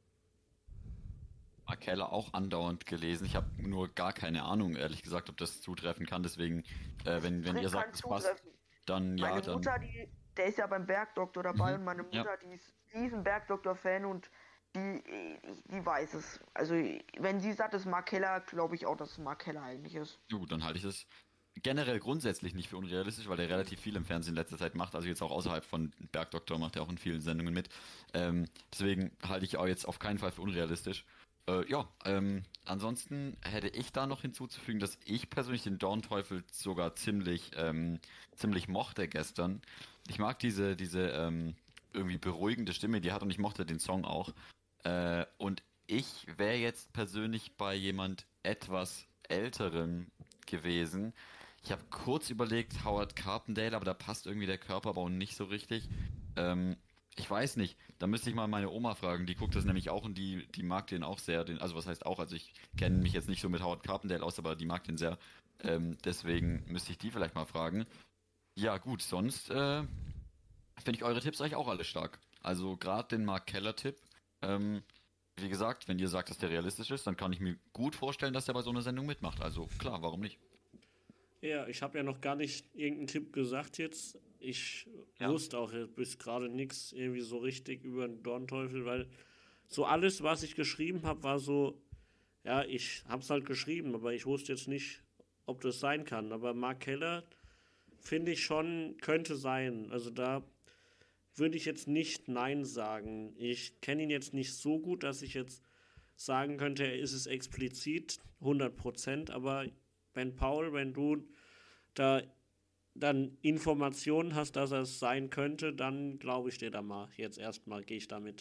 Mark Keller auch andauernd gelesen. Ich habe nur gar keine Ahnung, ehrlich gesagt, ob das zutreffen kann. Deswegen, äh, wenn, wenn ihr Kann sagt, es passt, zutreffen. dann ja, Meine dann. Mutter, die, der ist ja beim Bergdoktor dabei Mhm. und meine Ja, Mutter, die ist riesen Bergdoktor-Fan und die, die weiß es. Also wenn sie sagt, es ist Mark Keller, glaube ich auch, dass es Mark Keller eigentlich ist. gut, dann halte ich es generell grundsätzlich nicht für unrealistisch, weil der relativ viel im Fernsehen in letzter Zeit macht. Also jetzt auch außerhalb von Bergdoktor macht er auch in vielen Sendungen mit. Ähm, deswegen halte ich auch jetzt auf keinen Fall für unrealistisch. Äh, ja, ähm, ansonsten hätte ich da noch hinzuzufügen, dass ich persönlich den Dornteufel sogar ziemlich, ähm, ziemlich mochte gestern. Ich mag diese, diese ähm, irgendwie beruhigende Stimme, die er hat und ich mochte den Song auch. Äh, und ich wäre jetzt persönlich bei jemand etwas älterem gewesen. Ich habe kurz überlegt, Howard Carpendale, aber da passt irgendwie der Körperbau nicht so richtig. Ähm, ich weiß nicht, da müsste ich mal meine Oma fragen, die guckt das nämlich auch und die, die mag den auch sehr. Den, also was heißt auch, also ich kenne mich jetzt nicht so mit Howard Carpendale aus, aber die mag den sehr. Ähm, deswegen müsste ich die vielleicht mal fragen. Ja gut, sonst äh, finde ich eure Tipps eigentlich auch alle stark. Also gerade den Mark Keller-Tipp. Ähm, wie gesagt, wenn ihr sagt, dass der realistisch ist, dann kann ich mir gut vorstellen, dass der bei so einer Sendung mitmacht. Also klar, warum nicht? Ja, ich habe ja noch gar nicht irgendeinen Tipp gesagt jetzt. Ich Ja. wusste auch jetzt bis gerade nichts irgendwie so richtig über den Dornteufel, weil so alles, was ich geschrieben habe, war so, ja, ich habe es halt geschrieben, aber ich wusste jetzt nicht, ob das sein kann. Aber Mark Keller finde ich schon, könnte sein. Also da würde ich jetzt nicht Nein sagen. Ich kenne ihn jetzt nicht so gut, dass ich jetzt sagen könnte, er ist es explizit hundert Prozent, aber wenn Paul, wenn du da dann Informationen hast, dass er es sein könnte, dann glaube ich dir da mal. Jetzt erstmal gehe ich damit.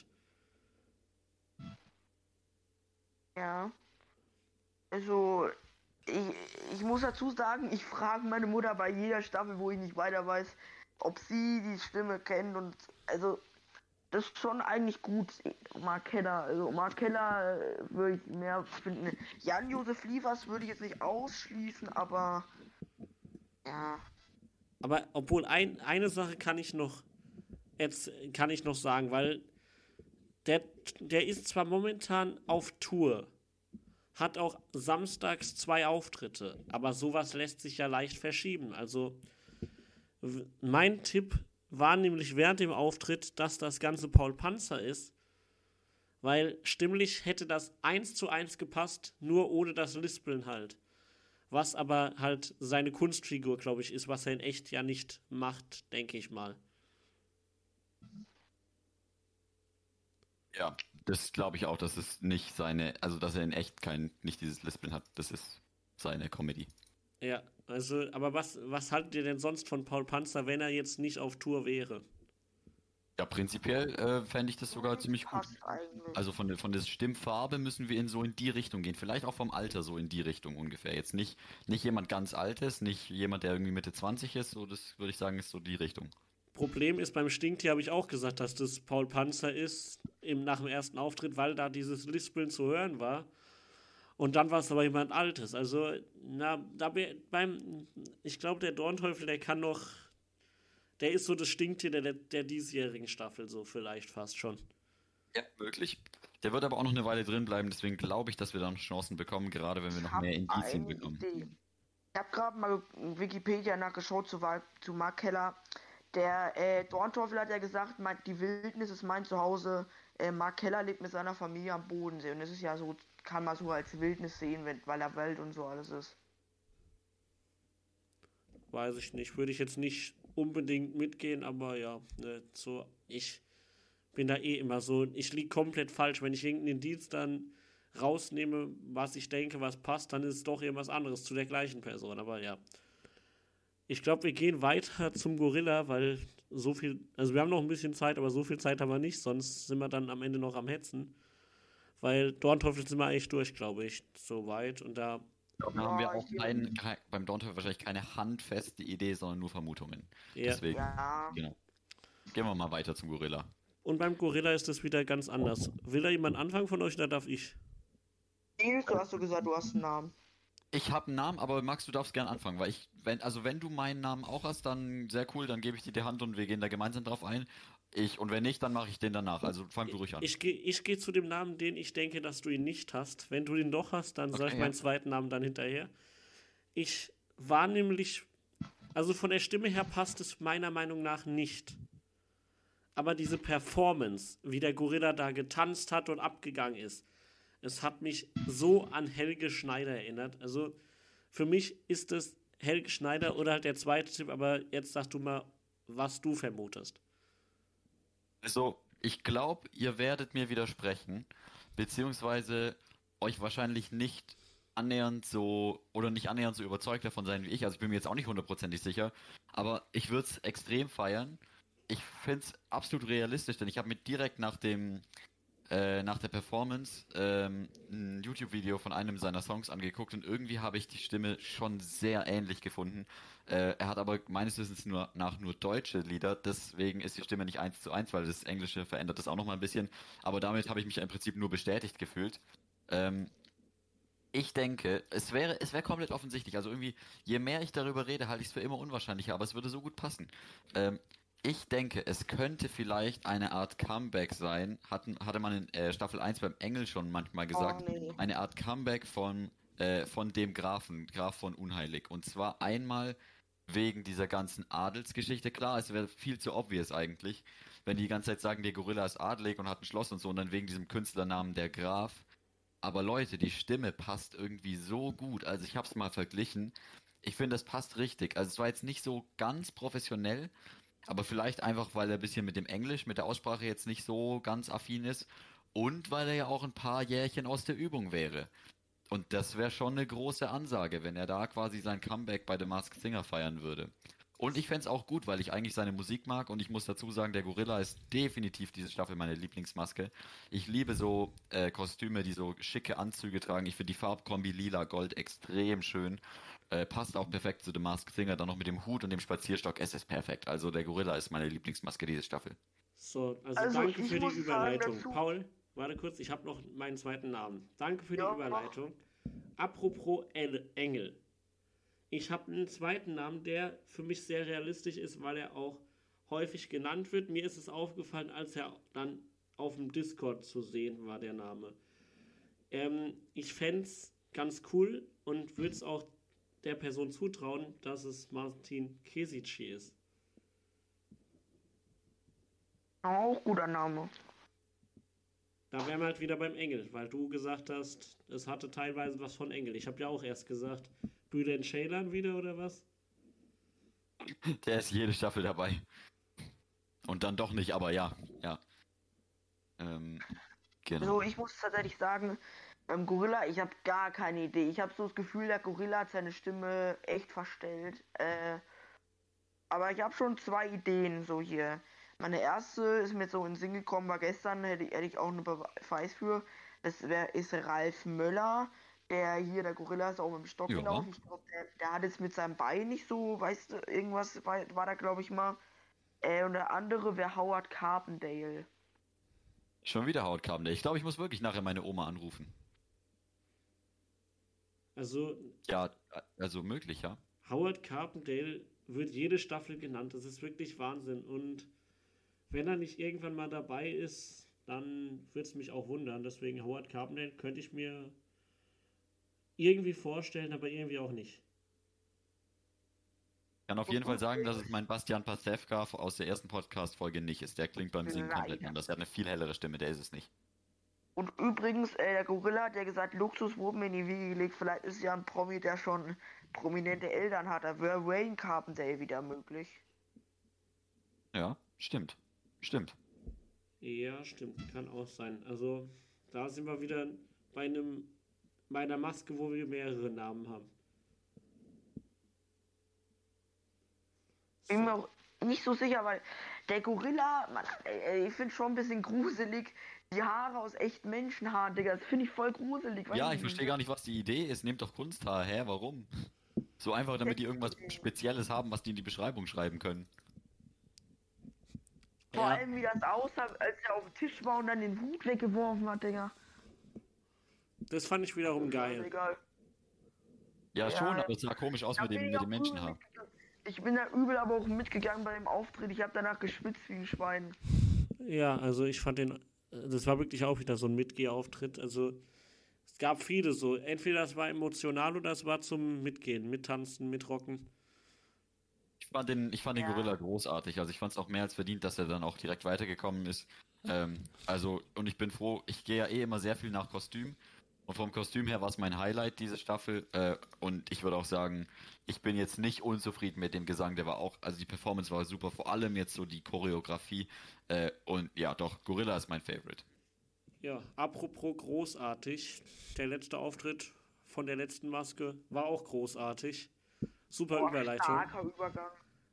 Ja. Also, ich, ich muss dazu sagen, ich frage meine Mutter bei jeder Staffel, wo ich nicht weiter weiß, ob sie die Stimme kennt und also das ist schon eigentlich gut, Mark Keller. Also Mark Keller äh, würde ich mehr finden. Jan-Josef Liefers würde ich jetzt nicht ausschließen, aber ja. Aber obwohl ein, eine Sache kann ich noch jetzt kann ich noch sagen, weil der, der ist zwar momentan auf Tour, hat auch samstags zwei Auftritte, aber sowas lässt sich ja leicht verschieben. Also w- mein Tipp war nämlich während dem Auftritt, dass das Ganze Paul Panzer ist, weil stimmlich hätte das eins zu eins gepasst, nur ohne das Lispeln halt. Was aber halt seine Kunstfigur, glaube ich, ist, was er in echt ja nicht macht, denke ich mal. Ja, das glaube ich auch, dass es nicht seine, also dass er in echt kein, nicht dieses Lispeln hat. Das ist seine Comedy. Ja, also, aber was, was haltet ihr denn sonst von Paul Panzer, wenn er jetzt nicht auf Tour wäre? Ja, prinzipiell äh, fände ich das sogar ziemlich gut. Passt eigentlich. Also von der, von der Stimmfarbe müssen wir in so in die Richtung gehen. Vielleicht auch vom Alter so in die Richtung ungefähr. Jetzt nicht, nicht jemand ganz Altes, nicht jemand, der irgendwie Mitte zwanzig ist. So, das würde ich sagen, ist so die Richtung. Problem ist, beim Stinktier habe ich auch gesagt, dass das Paul Panzer ist, im, nach dem ersten Auftritt, weil da dieses Lispeln zu hören war. Und dann war es aber jemand Altes. Also, na, da be- beim, ich glaube, der Dornteufel, der kann noch, der ist so das Stinktier der, der diesjährigen Staffel, so vielleicht fast schon. Ja, möglich. Der wird aber auch noch eine Weile drin bleiben, deswegen glaube ich, dass wir dann Chancen bekommen, gerade wenn wir noch hab mehr Indizien eine bekommen. Idee. Ich habe gerade mal Wikipedia nachgeschaut zu, Wa- zu Mark Keller. Der äh, Dornteufel hat ja gesagt, mein, die Wildnis ist mein Zuhause. Äh, Mark Keller lebt mit seiner Familie am Bodensee. Und das ist ja so, kann man so als Wildnis sehen, wenn, weil er Wald und so alles ist. Weiß ich nicht. Würde ich jetzt nicht unbedingt mitgehen, aber ja, ne, so, ich bin da eh immer so, ich liege komplett falsch. Wenn ich irgendeinen Indiz dann rausnehme, was ich denke, was passt, dann ist es doch irgendwas anderes zu der gleichen Person. Aber ja. Ich glaube, wir gehen weiter zum Gorilla, weil so viel, also wir haben noch ein bisschen Zeit, aber so viel Zeit haben wir nicht, sonst sind wir dann am Ende noch am Hetzen. Weil Dornteufel sind wir echt durch, glaube ich, soweit. Und da, Da haben wir Ja, auch ich- kein, kein, beim Dornteufel wahrscheinlich keine handfeste Idee, sondern nur Vermutungen. ja. Deswegen, Ja. genau. Gehen wir mal weiter zum Gorilla. Und beim Gorilla ist es wieder ganz anders. Will da jemand anfangen von euch oder darf ich? Nils, du hast so gesagt, du hast einen Namen. Ich habe einen Namen, aber Max, du darfst gern anfangen, weil ich, wenn, also wenn du meinen Namen auch hast, dann sehr cool, dann gebe ich dir die Hand und wir gehen da gemeinsam drauf ein. Ich, und wenn nicht, dann mache ich den danach. Also fang du ruhig an. Ich gehe ich geh zu dem Namen, den ich denke, dass du ihn nicht hast. Wenn du ihn doch hast, dann Okay, sag ich ja. meinen zweiten Namen dann hinterher. Ich war nämlich, also von der Stimme her passt es meiner Meinung nach nicht. Aber diese Performance, wie der Gorilla da getanzt hat und abgegangen ist, es hat mich so an Helge Schneider erinnert. Also für mich ist es Helge Schneider oder halt der zweite Tipp, aber jetzt sagst du mal, was du vermutest. Also, ich glaube, ihr werdet mir widersprechen, beziehungsweise euch wahrscheinlich nicht annähernd so oder nicht annähernd so überzeugt davon sein wie ich. Also ich bin mir jetzt auch nicht hundertprozentig sicher, aber ich würde es extrem feiern. Ich finde es absolut realistisch, denn ich habe mir direkt nach dem äh, nach der Performance ähm, ein YouTube-Video von einem seiner Songs angeguckt und irgendwie habe ich die Stimme schon sehr ähnlich gefunden. Äh, er hat aber meines Wissens nur nach nur deutsche Lieder, deswegen ist die Stimme nicht eins zu eins, weil das Englische verändert das auch nochmal ein bisschen. Aber damit habe ich mich im Prinzip nur bestätigt gefühlt. Ähm, ich denke, es wäre, es wäre komplett offensichtlich. Also irgendwie, je mehr ich darüber rede, halte ich es für immer unwahrscheinlicher, aber es würde so gut passen. Ähm, ich denke, es könnte vielleicht eine Art Comeback sein, hatten, hatte man in äh, Staffel eins beim Engel schon manchmal gesagt, Oh, nee. eine Art Comeback von, äh, von dem Grafen, Graf von Unheilig. Und zwar einmal wegen dieser ganzen Adelsgeschichte. Klar, es wäre viel zu obvious eigentlich, wenn die die ganze Zeit sagen, der Gorilla ist adelig und hat ein Schloss und so und dann wegen diesem Künstlernamen der Graf. Aber Leute, die Stimme passt irgendwie so gut. Also ich habe es mal verglichen. Ich finde, das passt richtig. Also es war jetzt nicht so ganz professionell, aber vielleicht einfach, weil er ein bisschen mit dem Englisch, mit der Aussprache jetzt nicht so ganz affin ist und weil er ja auch ein paar Jährchen aus der Übung wäre. Und das wäre schon eine große Ansage, wenn er da quasi sein Comeback bei The Masked Singer feiern würde. Und ich fände es auch gut, weil ich eigentlich seine Musik mag und ich muss dazu sagen, der Gorilla ist definitiv diese Staffel meine Lieblingsmaske. Ich liebe so äh, Kostüme, die so schicke Anzüge tragen. Ich finde die Farbkombi lila-gold extrem schön. Äh, passt auch perfekt zu The Masked Singer, dann noch mit dem Hut und dem Spazierstock. Es ist perfekt. Also der Gorilla ist meine Lieblingsmaske diese Staffel. So, also, Also, danke ich für die muss sagen Überleitung. dazu- Paul, warte kurz, ich habe noch meinen zweiten Namen. Danke für Ja, die Überleitung. Apropos El Engel. Ich habe einen zweiten Namen, der für mich sehr realistisch ist, weil er auch häufig genannt wird. Mir ist es aufgefallen, als er dann auf dem Discord zu sehen war, der Name. Ähm, ich fände es ganz cool und würde es auch der Person zutrauen, dass es Martin Kesici ist. Auch guter Name. Da wären wir halt wieder beim Engel, weil du gesagt hast, es hatte teilweise was von Engel. Ich habe ja auch erst gesagt, Bülent Ceylan wieder oder was? Der ist jede Staffel dabei. Und dann doch nicht, aber ja, ja. Ähm, genau. Also ich muss tatsächlich sagen, beim Gorilla, ich habe gar keine Idee. Ich habe so das Gefühl, der Gorilla hat seine Stimme echt verstellt. Äh, aber ich habe schon zwei Ideen so hier. Meine erste ist mir so in den Sinn gekommen, war gestern, hätte, hätte ich auch einen Beweis für. Das wär, ist Ralf Möller, der hier, der Gorilla ist auch mit dem Stock Ja. gelaufen. Ich glaube, der, der hat jetzt mit seinem Bein nicht so, weißt du, irgendwas war, war da, glaube ich mal. Äh, und der andere wäre Howard Carpendale. Schon wieder Hautkabel. Ich glaube, ich muss wirklich nachher meine Oma anrufen. Also Ja, also möglich, ja. Howard Carpendale wird jede Staffel genannt. Das ist wirklich Wahnsinn. Und wenn er nicht irgendwann mal dabei ist, dann wird es mich auch wundern. Deswegen Howard Carpendale könnte ich mir irgendwie vorstellen, aber irgendwie auch nicht. Ich kann auf jeden Fall sagen, dass es mein Bastian Pastewka aus der ersten Podcast-Folge nicht ist. Der klingt beim Singen komplett Leider. anders. Er hat eine viel hellere Stimme, der ist es nicht. Und übrigens, äh, der Gorilla hat ja gesagt, Luxus wurde mir in die Wiege gelegt. Vielleicht ist ja ein Promi, der schon prominente Eltern hat. Da wäre Wayne Carpendale wieder möglich. Ja, stimmt. Stimmt. Ja, stimmt, kann auch sein. Also da sind wir wieder bei einem bei einer Maske, wo wir mehrere Namen haben. Bin mir auch nicht so sicher, weil der Gorilla, man, äh, ich finde schon ein bisschen gruselig. Die Haare aus echten Menschenhaaren, Digga, das finde ich voll gruselig. weiß Ja, ich nicht. verstehe gar nicht, was die Idee ist. Nehmt doch Kunsthaar. Hä, warum? So einfach, damit die irgendwas Spezielles haben, was die in die Beschreibung schreiben können. Vor Ja. allem, wie das aussah, als er auf dem Tisch war und dann den Hut weggeworfen hat, Digga. Das fand ich wiederum geil. Egal. Ja, Ja, schon, ja. aber es sah komisch aus Da mit bin dem, ich mit auch dem übel Menschenhaar. mitgegangen. Ich bin da übel aber auch mitgegangen bei dem Auftritt. Ich habe danach geschwitzt wie ein Schwein. Ja, also ich fand den, das war wirklich auch wieder so ein Mitgehauftritt. Also es gab viele so. Entweder das war emotional oder es war zum Mitgehen, Mittanzen, Mitrocken. Ich fand den, ich fand den Ja. Gorilla großartig. Also ich fand es auch mehr als verdient, dass er dann auch direkt weitergekommen ist. Ähm, also, und ich bin froh, ich gehe ja eh immer sehr viel nach Kostüm. Und vom Kostüm her war es mein Highlight diese Staffel. Äh, und ich würde auch sagen, ich bin jetzt nicht unzufrieden mit dem Gesang. Der war auch, also die Performance war super, vor allem jetzt so die Choreografie. Äh, und ja, doch, Gorilla ist mein Favorite. Ja, apropos großartig. Der letzte Auftritt von der letzten Maske war auch großartig. Super Boah, Überleitung. starker Übergang.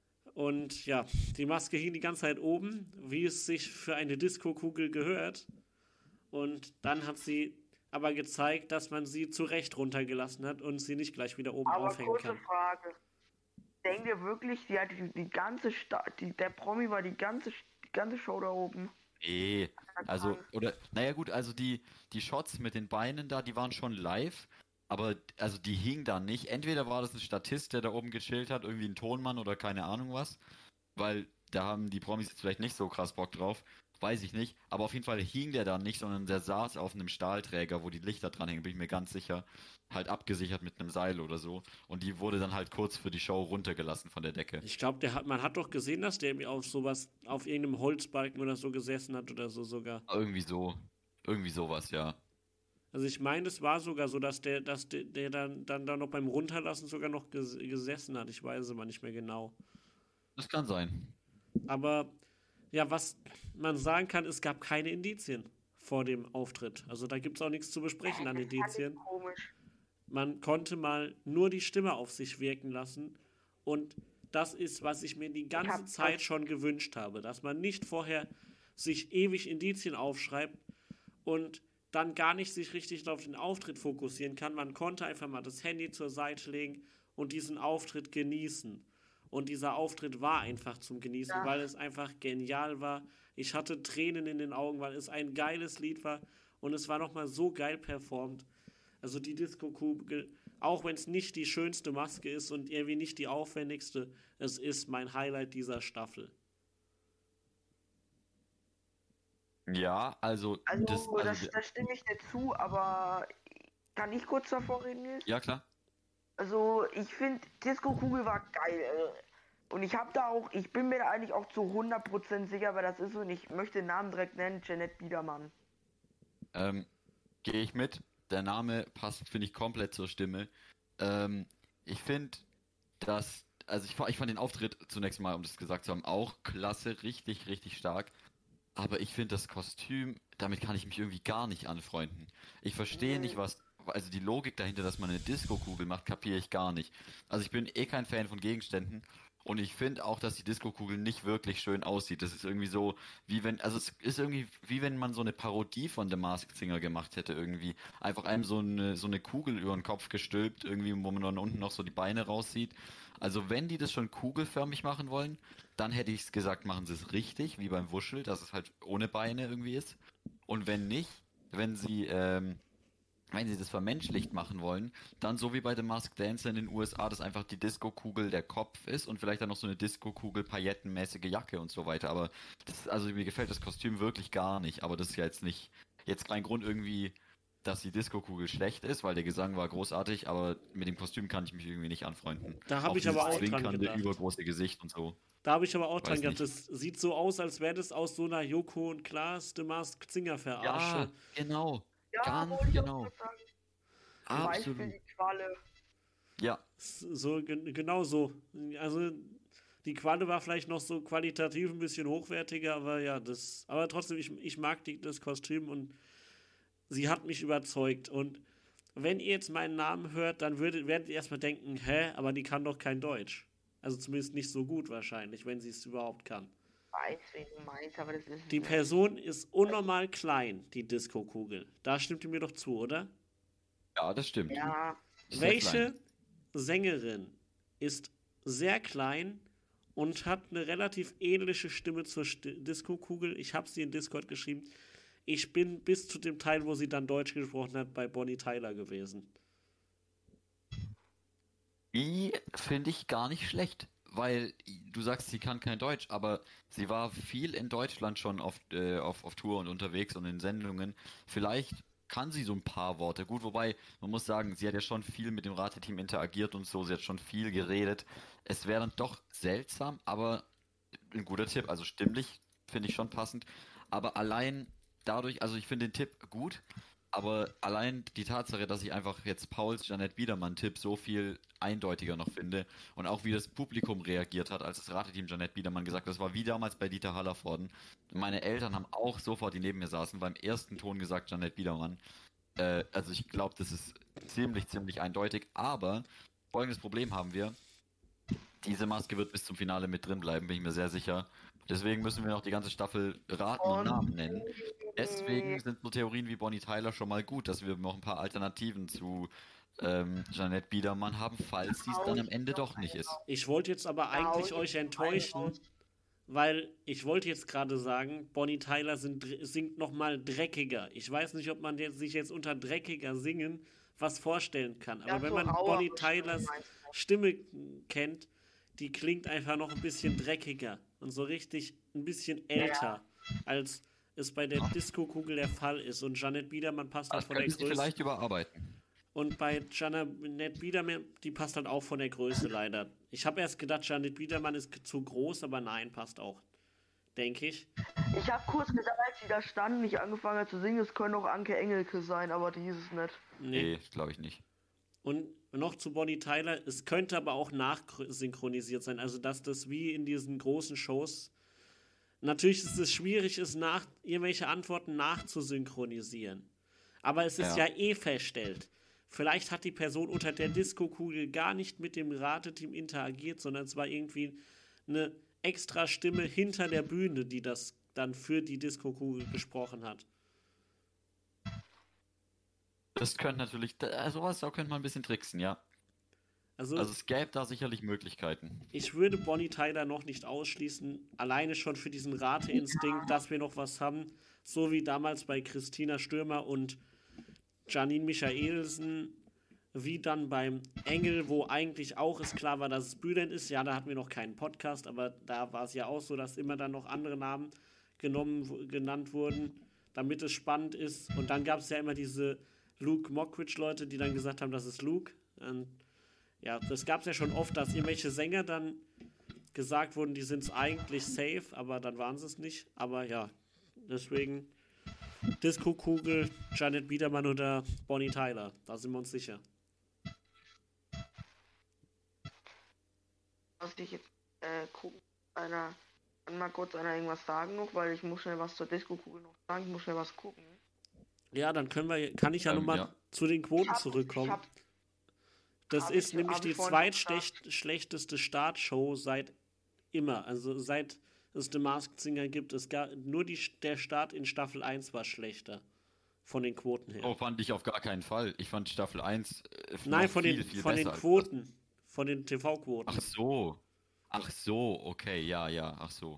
Und ja, die Maske hing die ganze Zeit oben, wie es sich für eine Disco-Kugel gehört. Und dann hat sie aber gezeigt, dass man sie zurecht runtergelassen hat und sie nicht gleich wieder oben Aber aufhängen kurze kann. Frage. Denkt ihr wirklich, die hat die, die ganze Sta die, der Promi war die ganze, die ganze Show da oben? Nee, also, oder, naja gut, also die, die Shots mit den Beinen da, die waren schon live, aber, also die hingen da nicht. Entweder war das ein Statist, der da oben gechillt hat, irgendwie ein Tonmann oder keine Ahnung was, weil da haben die Promis jetzt vielleicht nicht so krass Bock drauf, weiß ich nicht, aber auf jeden Fall hing der da nicht, sondern der saß auf einem Stahlträger, wo die Lichter dran hängen, bin ich mir ganz sicher, halt abgesichert mit einem Seil oder so, und die wurde dann halt kurz für die Show runtergelassen von der Decke. Ich glaube, der hat, man hat doch gesehen, dass der irgendwie auf sowas, auf irgendeinem Holzbalken oder so gesessen hat oder so sogar. Irgendwie so, irgendwie sowas, ja. Also ich meine, es war sogar so, dass der, dass der, der dann, dann da noch beim Runterlassen sogar noch ges gesessen hat. Ich weiß es aber nicht mehr genau. Das kann sein. Aber ja, was man sagen kann, es gab keine Indizien vor dem Auftritt. Also da gibt es auch nichts zu besprechen an Das fand ich Indizien. komisch. Man konnte mal nur die Stimme auf sich wirken lassen und das ist, was ich mir die ganze Zeit schon gewünscht habe, dass man nicht vorher sich ewig Indizien aufschreibt und dann gar nicht sich richtig auf den Auftritt fokussieren kann. Man konnte einfach mal das Handy zur Seite legen und diesen Auftritt genießen. Und dieser Auftritt war einfach zum Genießen, ja. weil es einfach genial war. Ich hatte Tränen in den Augen, weil es ein geiles Lied war und es war nochmal so geil performt. Also die Disco-Kugel, auch wenn es nicht die schönste Maske ist und irgendwie nicht die aufwendigste, es ist mein Highlight dieser Staffel. Ja, also... Also, das, also also das, da stimme ich dir zu, aber kann ich kurz davor reden jetzt? Ja, klar. Also, ich finde, Disco-Kugel war geil. Und ich habe da auch, ich bin mir da eigentlich auch zu hundert Prozent sicher, wer das ist und ich möchte den Namen direkt nennen, Jeanette Biedermann. Ähm, gehe ich mit. Der Name passt, finde ich, komplett zur Stimme. Ähm, ich finde, dass, also ich, ich fand den Auftritt zunächst mal, um das gesagt zu haben, auch klasse, richtig, richtig stark. Aber ich finde das Kostüm, damit kann ich mich irgendwie gar nicht anfreunden. Ich verstehe nicht, was, also die Logik dahinter, dass man eine Disco-Kugel macht, kapiere ich gar nicht. Also ich bin eh kein Fan von Gegenständen und ich finde auch, dass die Disco-Kugel nicht wirklich schön aussieht. Das ist irgendwie so, wie wenn, also es ist irgendwie, wie wenn man so eine Parodie von The Masked Singer gemacht hätte irgendwie. Einfach einem so eine, so eine Kugel über den Kopf gestülpt, irgendwie, wo man dann unten noch so die Beine raussieht. Also wenn die das schon kugelförmig machen wollen, dann hätte ich es gesagt, machen sie es richtig, wie beim Wuschel, dass es halt ohne Beine irgendwie ist. Und wenn nicht, wenn sie, ähm, wenn sie das vermenschlicht machen wollen, dann so wie bei The Masked Dancer in den U S A, dass einfach die Disco-Kugel der Kopf ist und vielleicht dann noch so eine Disco-Kugel paillettenmäßige Jacke und so weiter. Aber das, also mir gefällt das Kostüm wirklich gar nicht. Aber das ist ja jetzt nicht, jetzt kein Grund irgendwie, dass die Disco-Kugel schlecht ist, weil der Gesang war großartig, aber mit dem Kostüm kann ich mich irgendwie nicht anfreunden. Da habe ich aber auch dran gedacht. Übergroße Gesicht und so. Da habe ich aber auch dran gedacht, das sieht so aus, als wäre das aus so einer Joko und Klaas The Masked Singer Verarsche. Ja, genau. Ja, Ganz genau. Absolut. Beispiel die Qualle. Ja. So, genau so. Also die Qualle war vielleicht noch so qualitativ ein bisschen hochwertiger, aber ja, das, aber trotzdem, ich, ich mag die, das Kostüm und sie hat mich überzeugt. Und wenn ihr jetzt meinen Namen hört, dann würdet, werdet ihr erstmal denken, hä, aber die kann doch kein Deutsch. Also zumindest nicht so gut wahrscheinlich, wenn sie es überhaupt kann. Weiß, wen du meinst, aber das ist die Person ist unnormal klein, die Disco-Kugel. Da stimmt ihr mir doch zu, oder? Ja, das stimmt. Ja. Welche klein. Sängerin ist sehr klein und hat eine relativ ähnliche Stimme zur St- Disco-Kugel? Ich habe sie in Discord geschrieben. Ich bin bis zu dem Teil, wo sie dann Deutsch gesprochen hat, bei Bonnie Tyler gewesen. Die finde ich gar nicht schlecht, weil du sagst, sie kann kein Deutsch, aber sie war viel in Deutschland schon auf, äh, auf, auf Tour und unterwegs und in Sendungen. Vielleicht kann sie so ein paar Worte. Gut, wobei, man muss sagen, sie hat ja schon viel mit dem Rateteam interagiert und so, sie hat schon viel geredet. Es wäre dann doch seltsam, aber ein guter Tipp, also stimmlich finde ich schon passend. Aber allein dadurch, also ich finde den Tipp gut, aber allein die Tatsache, dass ich einfach jetzt Pauls Jeanette Biedermann-Tipp so viel eindeutiger noch finde und auch wie das Publikum reagiert hat, als das Rateteam Jeanette Biedermann gesagt hat, das war wie damals bei Dieter Hallervorden. Meine Eltern haben auch sofort, die neben mir saßen, beim ersten Ton gesagt Jeanette Biedermann. Äh, also ich glaube, das ist ziemlich, ziemlich eindeutig, aber folgendes Problem haben wir. Diese Maske wird bis zum Finale mit drin bleiben, bin ich mir sehr sicher. Deswegen müssen wir noch die ganze Staffel raten und Namen nennen. Deswegen sind so Theorien wie Bonnie Tyler schon mal gut, dass wir noch ein paar Alternativen zu ähm, Jeanette Biedermann haben, falls sie es dann am Ende doch nicht ist. Ich wollte jetzt aber eigentlich euch enttäuschen, weil ich wollte jetzt gerade sagen, Bonnie Tyler sind, singt nochmal dreckiger. Ich weiß nicht, ob man jetzt, sich jetzt unter dreckiger singen was vorstellen kann. Aber ja, wenn man so Bonnie Tylers Stimme kennt, die klingt einfach noch ein bisschen dreckiger und so richtig ein bisschen älter, ja. als es bei der Disco-Kugel der Fall ist. Und Jeanette Biedermann passt halt von der Größe. Vielleicht überarbeiten. Und bei Jeanette Biedermann, die passt halt auch von der Größe leider. Ich habe erst gedacht, Jeanette Biedermann ist zu groß, aber nein, passt auch. Denke ich. Ich habe kurz gedacht, als sie da standen, nicht angefangen hat zu singen, es können auch Anke Engelke sein, aber die hieß es nicht. Nee, glaube ich nicht. Und noch zu Bonnie Tyler, es könnte aber auch nachsynchronisiert sein, also dass das wie in diesen großen Shows, natürlich ist es schwierig, ist nach, irgendwelche Antworten nachzusynchronisieren, aber es ist ja, ja eh feststellt, vielleicht hat die Person unter der Disco-Kugel gar nicht mit dem Rateteam interagiert, sondern es war irgendwie eine extra Stimme hinter der Bühne, die das dann für die Disco-Kugel gesprochen hat. Das könnte natürlich, da- sowas da könnte man ein bisschen tricksen, ja. Also, Also es gäbe da sicherlich Möglichkeiten. ich würde Bonnie Tyler noch nicht ausschließen, alleine schon für diesen Rateinstinkt, dass wir noch was haben, so wie damals bei Christina Stürmer und Janine Michaelsen, wie dann beim Engel, wo eigentlich auch es klar war, dass es Bülent ist. Ja, da hatten wir noch keinen Podcast, aber da war es ja auch so, dass immer dann noch andere Namen genommen, genannt wurden, damit es spannend ist. Und dann gab es ja immer diese Luke Mockridge-Leute, die dann gesagt haben, das ist Luke. Und ja, das gab es ja schon oft, dass irgendwelche Sänger dann gesagt wurden, die sind es eigentlich safe, aber dann waren sie es nicht. Aber ja, deswegen Disco-Kugel, Janet Biedermann oder Bonnie Tyler, da sind wir uns sicher. Muss ich jetzt äh, gucken, einer, kann mal kurz einer irgendwas sagen noch, weil ich muss schnell was zur Disco-Kugel noch sagen, ich muss schnell was gucken. Ja, dann können wir, kann ich ja Ähm, nochmal ja. zu den Quoten Ich hab- zurückkommen. ich hab- Das hab ist ich- nämlich hab die ich vorhin zweitschlechteste Startshow seit immer. Also seit es The Masked Singer gibt, es gab nur die, der Start in Staffel eins war schlechter. Von den Quoten her. Oh, fand ich auf gar keinen Fall. Ich fand Staffel eins äh, Nein, noch von viel, den, viel von den besser als Quoten. Von den T V-Quoten. das. Ach so. Ach so, okay, ja, ja, ach so.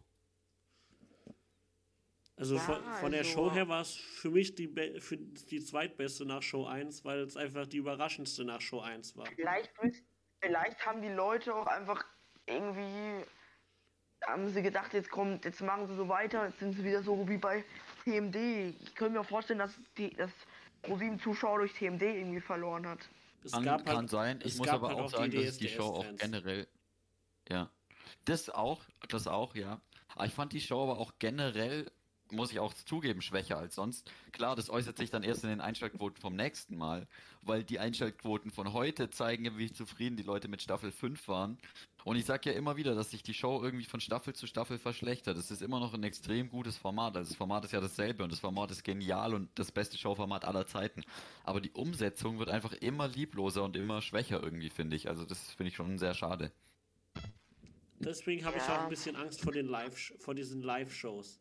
Also Ja, von, von der also- Show her war es für mich die, be- für die zweitbeste nach Show eins, weil es einfach die überraschendste nach Show eins war. Vielleicht, müsst- vielleicht haben die Leute auch einfach irgendwie, haben sie gedacht, jetzt kommt, jetzt machen sie so weiter, jetzt sind sie wieder so wie bei T M D. Ich könnte mir vorstellen, dass die, dass ProSieben Zuschauer durch T M D irgendwie verloren hat. Es Kann, gab kann halt, sein. Ich es muss gab aber halt auch die sagen, dass die Show auch D S D S-Fans. generell. Ja. Das auch, das auch, ja. Aber ich fand die Show aber auch generell, muss ich auch zugeben, schwächer als sonst. Klar, das äußert sich dann erst in den Einschaltquoten vom nächsten Mal, weil die Einschaltquoten von heute zeigen ja, wie zufrieden die Leute mit Staffel fünf waren. Und ich sag ja immer wieder, dass sich die Show irgendwie von Staffel zu Staffel verschlechtert. Es ist immer noch ein extrem gutes Format. Also das Format ist ja dasselbe und das Format ist genial und das beste Showformat aller Zeiten. Aber die Umsetzung wird einfach immer liebloser und immer schwächer irgendwie, finde ich. Also das finde ich schon sehr schade. Deswegen habe ich Ja. auch ein bisschen Angst vor den Live, vor diesen Live-Shows.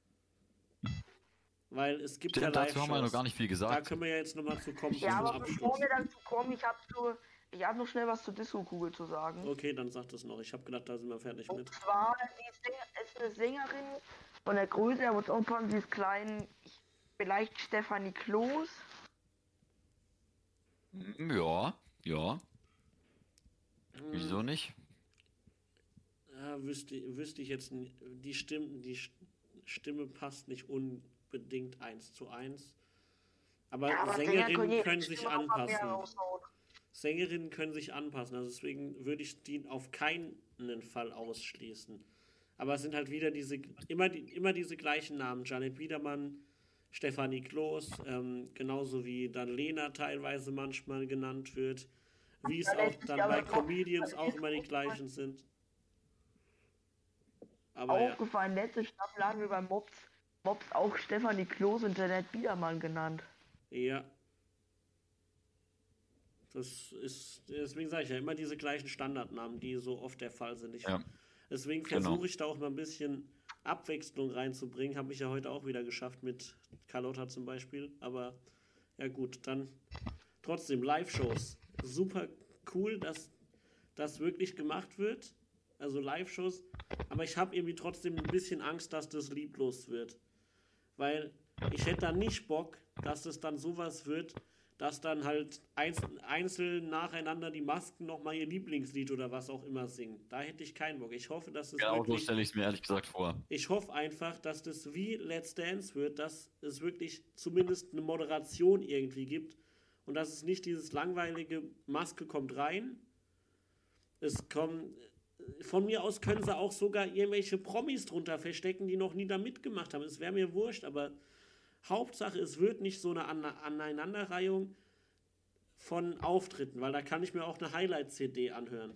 Weil es gibt Stimmt, ja dazu haben wir ja noch Live-Shows. gar nicht viel Da gesagt. können wir ja jetzt nochmal zu kommen. Ja, zum aber bevor Abschluss. wir dazu kommen, ich habe nur, ich habe noch schnell was zur Disco-Kugel zu sagen. Okay, dann sag das noch. Ich habe gedacht, da sind wir fertig mit. Und zwar, die Sänger, ist eine Sängerin von der Größe, er muss aufpassen, sie ist klein, ich, vielleicht Stefanie Kloß. Mm, Ja, ja. Wieso nicht? Ja, wüsste, wüsste ich jetzt nicht. Die Stimme, die St- Stimme passt nicht unbedingt eins zu eins. Aber, Ja, aber Sänger Sängerinnen ihre können sich Stimme noch mal mehr anpassen. raushauen. Sängerinnen können sich anpassen. Also deswegen würde ich die auf keinen Fall ausschließen. Aber es sind halt wieder diese, immer, die, immer diese gleichen Namen. Janet Biedermann, Stefanie Kloß, ähm, genauso wie dann Lena teilweise manchmal genannt wird. Wie es Da auch lässt sich dann aber bei noch- Comedians auch immer die gleichen sind. Aber ja. Aufgefallen, letzte Staffel haben wir bei Mops, Mops auch Stefanie Kloß und Janet Biedermann genannt. Ja. Das ist, deswegen sage ich ja immer diese gleichen Standardnamen, die so oft der Fall sind. Ich, Ja. Deswegen Genau. versuche ich da auch mal ein bisschen Abwechslung reinzubringen. Habe ich ja heute auch wieder geschafft mit Carlotta zum Beispiel. Aber ja gut, dann trotzdem Live-Shows. Super cool, dass das wirklich gemacht wird. Also Live-Shows. Aber ich habe irgendwie trotzdem ein bisschen Angst, dass das lieblos wird. Weil ich hätte dann nicht Bock, dass es dann sowas wird, dass dann halt einzeln, einzeln nacheinander die Masken nochmal ihr Lieblingslied oder was auch immer singen. Da hätte ich keinen Bock. Ich hoffe, dass es Genau so wirklich... stelle ich es mir ehrlich gesagt vor. Ich hoffe einfach, dass das wie Let's Dance wird, dass es wirklich zumindest eine Moderation irgendwie gibt und dass es nicht dieses langweilige Maske kommt rein. Es kommen... Von mir aus können sie auch sogar irgendwelche Promis drunter verstecken, die noch nie da mitgemacht haben. Es wäre mir wurscht, aber Hauptsache, es wird nicht so eine Ane- Aneinanderreihung von Auftritten, weil da kann ich mir auch eine Highlight-C D anhören.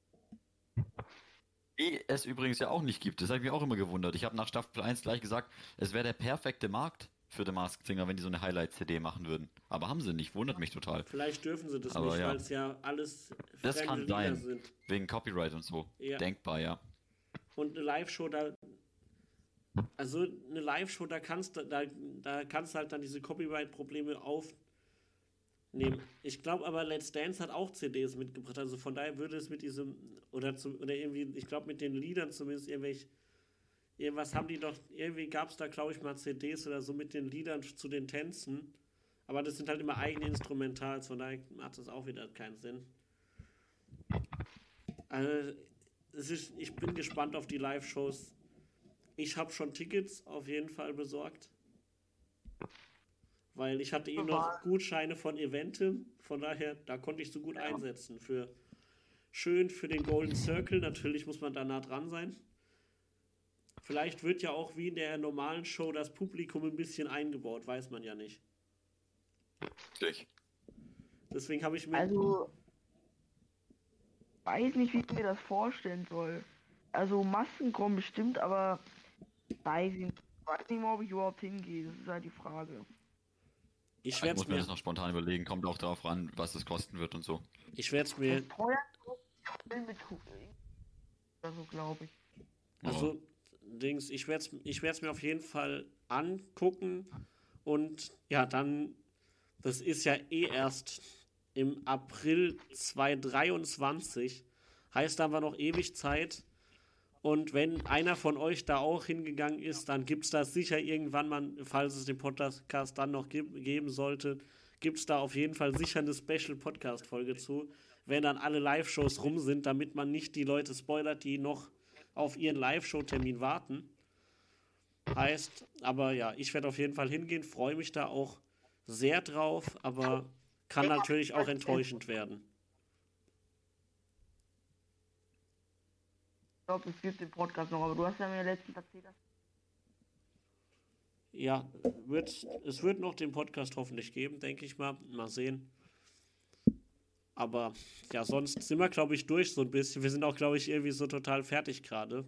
Die es übrigens ja auch nicht gibt. Das habe ich mich auch immer gewundert. Ich habe nach Staffel eins gleich gesagt, es wäre der perfekte Markt. für The Masked Singer, wenn die so eine Highlight-C D machen würden. Aber haben sie nicht, wundert mich total. Vielleicht dürfen sie das Aber nicht, ja. weil es ja alles Das fremde kann Lieder sein. sind. Wegen Copyright und so. Ja. Denkbar, ja. Und eine Live-Show, da. Also eine Live-Show, da kannst du, da, da kannst du halt dann diese Copyright-Probleme aufnehmen. Ich glaube aber, Let's Dance hat auch C Ds mitgebracht. Also von daher würde es mit diesem, oder zum, oder irgendwie, ich glaube mit den Liedern zumindest irgendwelche. Irgendwas haben die doch, irgendwie gab es da, glaube ich, mal C Ds oder so mit den Liedern zu den Tänzen. Aber das sind halt immer eigene Instrumentals, von daher macht das auch wieder keinen Sinn. Also, es ist, ich bin gespannt auf die Live-Shows. Ich habe schon Tickets auf jeden Fall besorgt. Weil ich hatte eh noch Gutscheine von Eventim, von daher, da konnte ich so gut einsetzen. Für schön für den Golden Circle, natürlich muss man da nah dran sein. Vielleicht wird ja auch wie in der normalen Show das Publikum ein bisschen eingebaut, weiß man ja nicht. Richtig. Deswegen habe ich mir... Also, weiß nicht, wie ich mir das vorstellen soll. Also, Masken kommen bestimmt, aber weiß ich nicht, weiß nicht mal, ob ich überhaupt hingehe. Das ist halt die Frage. Ich Ich werde muss es mir mir... das noch spontan überlegen, kommt auch darauf ran, was es kosten wird und so. Ich werde es mir... Teuer mit oder so, glaube ich. Also, Dings, ich werde es ich werd's mir auf jeden Fall angucken und ja, dann, das ist ja eh erst im April zweitausenddreiundzwanzig, heißt, da haben wir noch ewig Zeit und wenn einer von euch da auch hingegangen ist, dann gibt es da sicher irgendwann mal, falls es den Podcast dann noch ge- geben sollte, gibt es da auf jeden Fall sicher eine Special-Podcast-Folge zu, wenn dann alle Live-Shows rum sind, damit man nicht die Leute spoilert, die noch auf ihren Live-Show-Termin warten. Heißt, aber ja, ich werde auf jeden Fall hingehen, freue mich da auch sehr drauf, aber kann natürlich auch enttäuschend werden. Ich glaube, es gibt den Podcast noch, aber du hast ja mir letztens erzählt, dass Ja, wird, es wird noch den Podcast hoffentlich geben, denke ich mal. Mal sehen. Aber ja, sonst sind wir, glaube ich, durch so ein bisschen. Wir sind auch, glaube ich, irgendwie so total fertig gerade.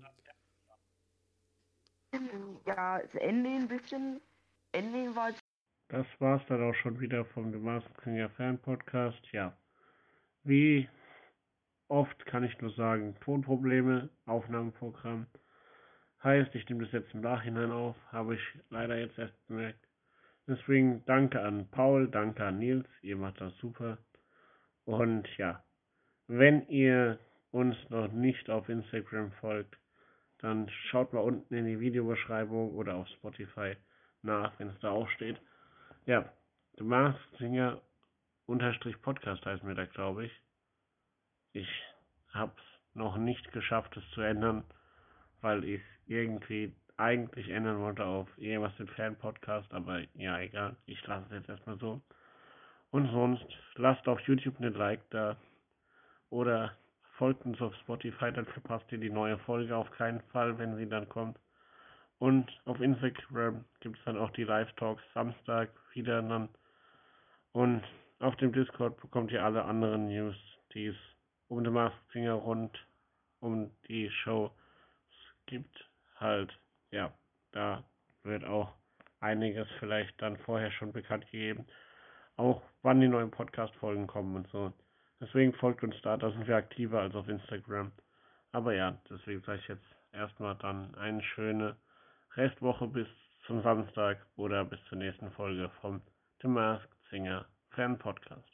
ja, das Ende ein bisschen, Ende war jetzt Das war's dann auch schon wieder vom The Masked Singer Fan Podcast. Ja, wie oft kann ich nur sagen, Tonprobleme, Aufnahmeprogramm. Heißt, ich nehme das jetzt im Nachhinein auf, habe ich leider jetzt erst bemerkt. Deswegen danke an Paul, danke an Nils, ihr macht das super. Und ja, wenn ihr uns noch nicht auf Instagram folgt, dann schaut mal unten in die Videobeschreibung oder auf Spotify nach, wenn es da auch steht. Ja, The Masked Singer unterstrich Podcast heißt mir da, glaube ich. Ich habe es noch nicht geschafft, es zu ändern, weil ich irgendwie eigentlich ändern wollte auf irgendwas mit Fan-Podcast, aber ja, egal, ich lasse es jetzt erstmal so. Und sonst, lasst auf YouTube einen Like da oder folgt uns auf Spotify, dann verpasst ihr die neue Folge auf keinen Fall, wenn sie dann kommt. Und auf Instagram gibt es dann auch die Live-Talks Samstag wieder dann. Und auf dem Discord bekommt ihr alle anderen News, die es um The Masked Singer rund um die Show gibt. Halt, ja, da wird auch einiges vielleicht dann vorher schon bekannt gegeben. Auch wann die neuen Podcast-Folgen kommen und so. Deswegen folgt uns da, da sind wir aktiver als auf Instagram. Aber ja, deswegen sage ich jetzt erstmal dann eine schöne Restwoche bis zum Samstag oder bis zur nächsten Folge vom The Masked Singer Fan Podcast.